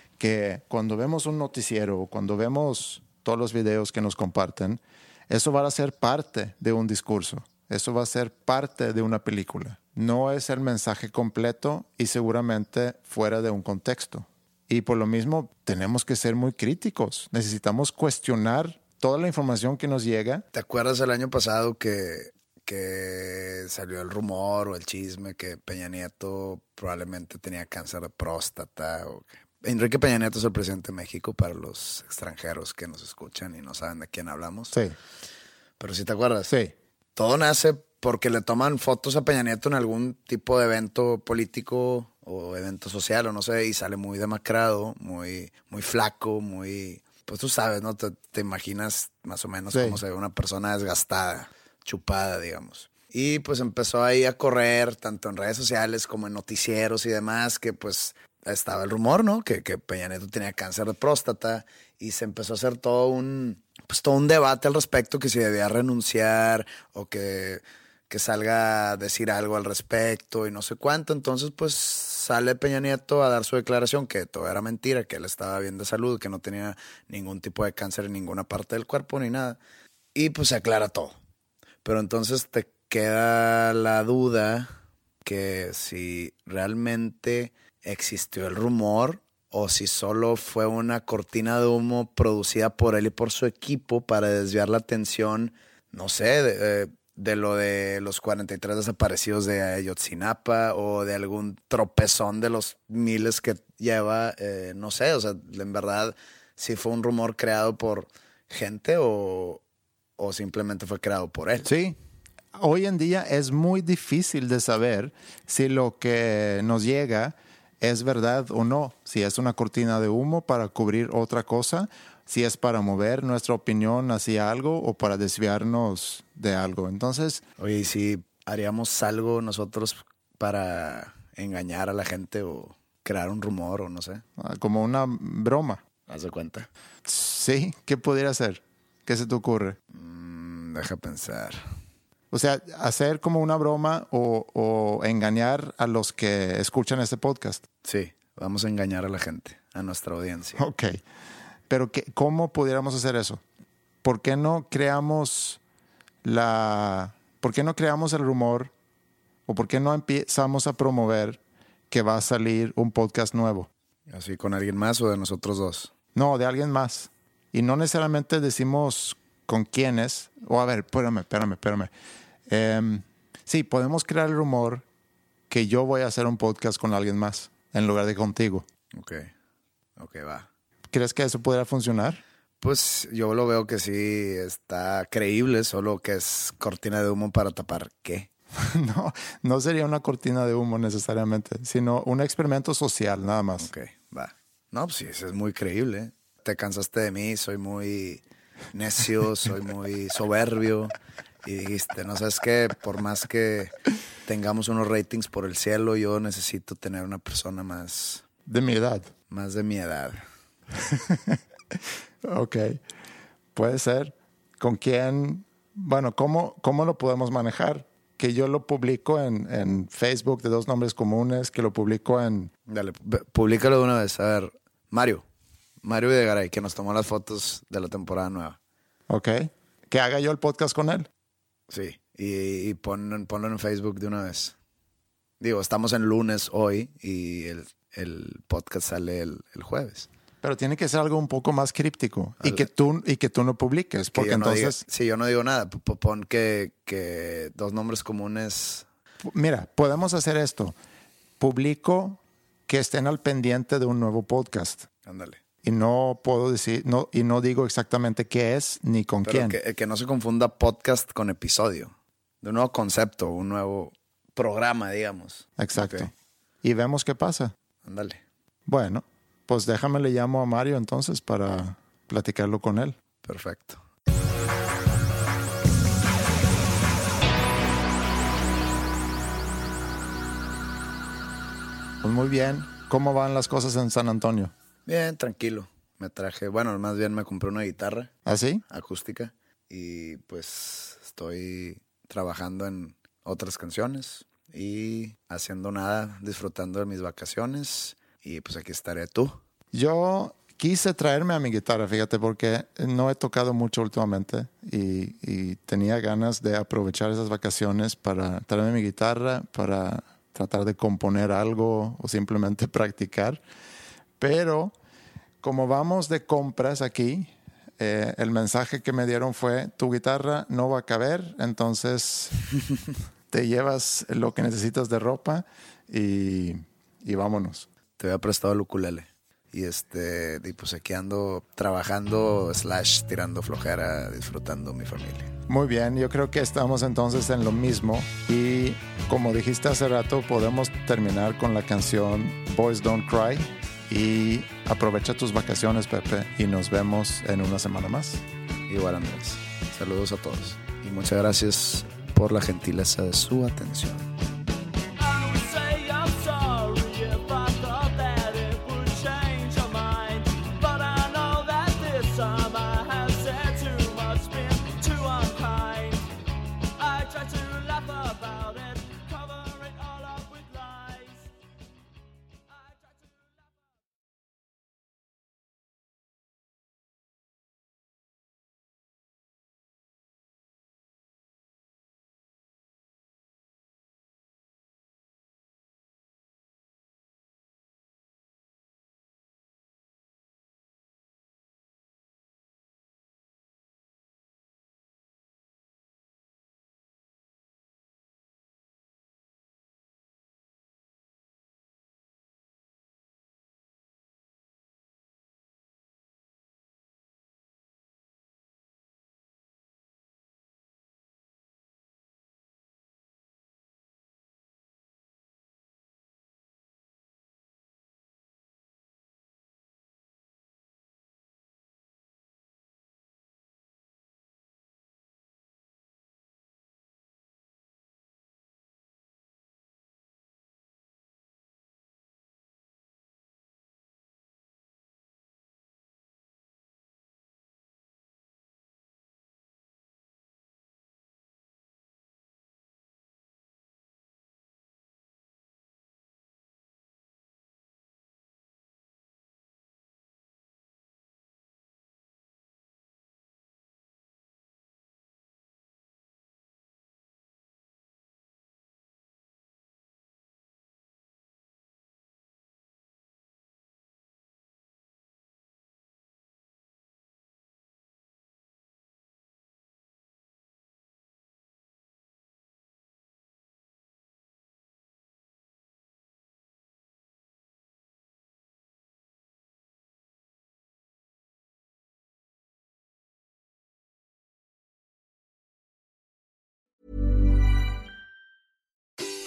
S5: que cuando vemos un noticiero o cuando vemos todos los videos que nos comparten, eso va a ser parte de un discurso. Eso va a ser parte de una película. No es el mensaje completo y seguramente fuera de un contexto. Y por lo mismo tenemos que ser muy críticos. Necesitamos cuestionar toda la información que nos llega.
S6: ¿Te acuerdas el año pasado que, que salió el rumor o el chisme que Peña Nieto probablemente tenía cáncer de próstata? O que... Enrique Peña Nieto es el presidente de México, para los extranjeros que nos escuchan y no saben de quién hablamos.
S5: Sí.
S6: Pero sí te acuerdas.
S5: Sí.
S6: Todo nace porque le toman fotos a Peña Nieto en algún tipo de evento político o evento social o no sé, y sale muy demacrado, muy, muy flaco, muy... Pues tú sabes, ¿no? Te, te imaginas más o menos
S5: Sí.
S6: cómo se ve una persona desgastada, chupada, digamos. Y pues empezó ahí a correr, tanto en redes sociales como en noticieros y demás, que pues estaba el rumor, ¿no? Que, que Peña Nieto tenía cáncer de próstata, y se empezó a hacer todo un, pues todo un debate al respecto, que si debía renunciar o que, que salga a decir algo al respecto y no sé cuánto. Entonces pues sale Peña Nieto a dar su declaración, que todo era mentira, que él estaba bien de salud, que no tenía ningún tipo de cáncer en ninguna parte del cuerpo ni nada. Y pues se aclara todo. Pero entonces te queda la duda que si realmente existió el rumor o si solo fue una cortina de humo producida por él y por su equipo para desviar la atención, no sé, de, de lo de los cuarenta y tres desaparecidos de Ayotzinapa o de algún tropezón de los miles que lleva, eh, no sé, o sea, en verdad, si fue un rumor creado por gente o, o simplemente fue creado por él.
S5: Sí. Hoy en día es muy difícil de saber si lo que nos llega es verdad o no, si es una cortina de humo para cubrir otra cosa, si es para mover nuestra opinión hacia algo o para desviarnos de algo. Entonces,
S6: oye, ¿y si haríamos algo nosotros para engañar a la gente o crear un rumor o no sé?
S5: como una broma.
S6: ¿Haz de cuenta?
S5: Sí, ¿qué pudiera ser? ¿Qué se te ocurre?
S6: Mm, deja pensar.
S5: O sea, hacer como una broma o, o engañar a los que escuchan este podcast.
S6: Sí, vamos a engañar a la gente, a nuestra audiencia.
S5: Ok, pero ¿qué, ¿cómo pudiéramos hacer eso? ¿Por qué no creamos la, por qué no creamos el rumor o por qué no empezamos a promover que va a salir un podcast nuevo?
S6: ¿Así con alguien más o de nosotros dos?
S5: No, de alguien más. Y no necesariamente decimos con quiénes, o a ver, espérame, espérame, espérame. Eh, sí, podemos crear el rumor que yo voy a hacer un podcast con alguien más en lugar de contigo.
S6: Ok, ok, va.
S5: ¿Crees que eso podría funcionar?
S6: Pues yo lo veo que sí está creíble, solo que es cortina de humo para tapar ¿qué?
S5: No, no sería una cortina de humo necesariamente, sino un experimento social, nada más.
S6: Ok, va. No, pues sí, eso es muy creíble. Te cansaste de mí, soy muy necio, soy muy soberbio. Y dijiste, no sabes qué, por más que tengamos unos ratings por el cielo, yo necesito tener una persona más,
S5: De mi edad.
S6: más de mi edad.
S5: Ok, puede ser. ¿Con quién? Bueno, ¿cómo, cómo lo podemos manejar? Que yo lo publico en, en Facebook de Dos Nombres Comunes, que lo publico en...
S6: Dale, pu- públicalo de una vez. A ver, Mario. Mario Videgaray, que nos tomó las fotos de la temporada nueva.
S5: Ok, que haga yo el podcast con él.
S6: Sí, y, y pon- ponlo en Facebook de una vez. Digo, estamos en lunes hoy y el, el podcast sale el, el jueves.
S5: Pero tiene que ser algo un poco más críptico y
S6: Al-
S5: que tú, y que tú no publiques,
S6: Que
S5: porque
S6: yo no diga-
S5: entonces...
S6: sí, yo no digo nada. P- p- Pon que, que Dos Nombres Comunes.
S5: Mira, podemos hacer esto. Publico que estén al pendiente de un nuevo podcast.
S6: Ándale.
S5: Y no puedo decir, no, y no digo exactamente qué es ni con
S6: Pero
S5: quién.
S6: que, que no se confunda podcast con episodio. De un nuevo concepto, un nuevo programa, digamos.
S5: Exacto.
S6: Ok,
S5: Y vemos qué pasa.
S6: ándale.
S5: Bueno, pues déjame le llamo a Mario entonces para platicarlo con él.
S6: Perfecto.
S5: Pues muy bien. ¿Cómo van las cosas en San Antonio?
S6: Bien, tranquilo. Me traje, bueno, más bien me compré una guitarra
S5: ¿Así?
S6: acústica y pues estoy trabajando en otras canciones y haciendo nada, disfrutando de mis vacaciones y pues aquí estaré tú.
S5: Yo quise traerme a mi guitarra, fíjate, porque no he tocado mucho últimamente y, y tenía ganas de aprovechar esas vacaciones para traerme mi guitarra, para tratar de componer algo o simplemente practicar. Pero como vamos de compras aquí, eh, el mensaje que me dieron fue, tu guitarra no va a caber, entonces te llevas lo que necesitas de ropa y, y vámonos.
S6: Te había prestado el ukulele. Y este, y pues aquí ando trabajando, slash, tirando flojera, disfrutando mi familia.
S5: Muy bien, yo creo que estamos entonces en lo mismo y como dijiste hace rato, podemos terminar con la canción Boys Don't Cry y aprovecha tus vacaciones, Pepe, y nos vemos en una semana más.
S6: Igual, Andrés. Saludos a todos. Y muchas gracias por la gentileza de su atención.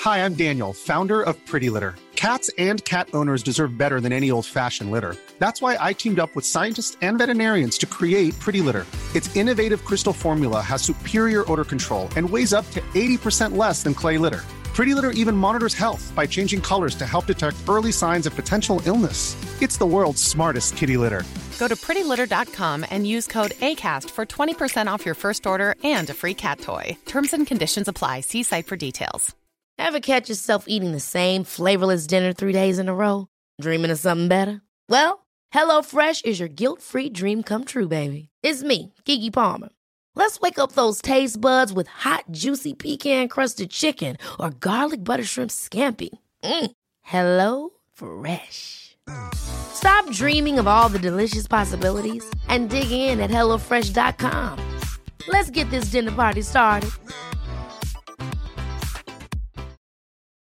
S7: Hi, I'm Daniel, founder of Pretty Litter. Cats and cat owners deserve better than any old-fashioned litter. That's why I teamed up with scientists and veterinarians to create Pretty Litter. Its innovative crystal formula has superior odor control and weighs up to eighty percent less than clay litter. Pretty Litter even monitors health by changing colors to help detect early signs of potential illness. It's the world's smartest kitty litter.
S8: Go to pretty litter dot com and use code ACAST for twenty percent off your first order and a free cat toy. Terms and conditions apply. See site for details.
S9: Ever catch yourself eating the same flavorless dinner three days in a row? Dreaming of something better? Well, HelloFresh is your guilt-free dream come true, baby. It's me, Keke Palmer. Let's wake up those taste buds with hot, juicy pecan-crusted chicken or garlic butter shrimp scampi. Mm. Hello Fresh. Stop dreaming of all the delicious possibilities and dig in at hello fresh dot com. Let's get this dinner party started.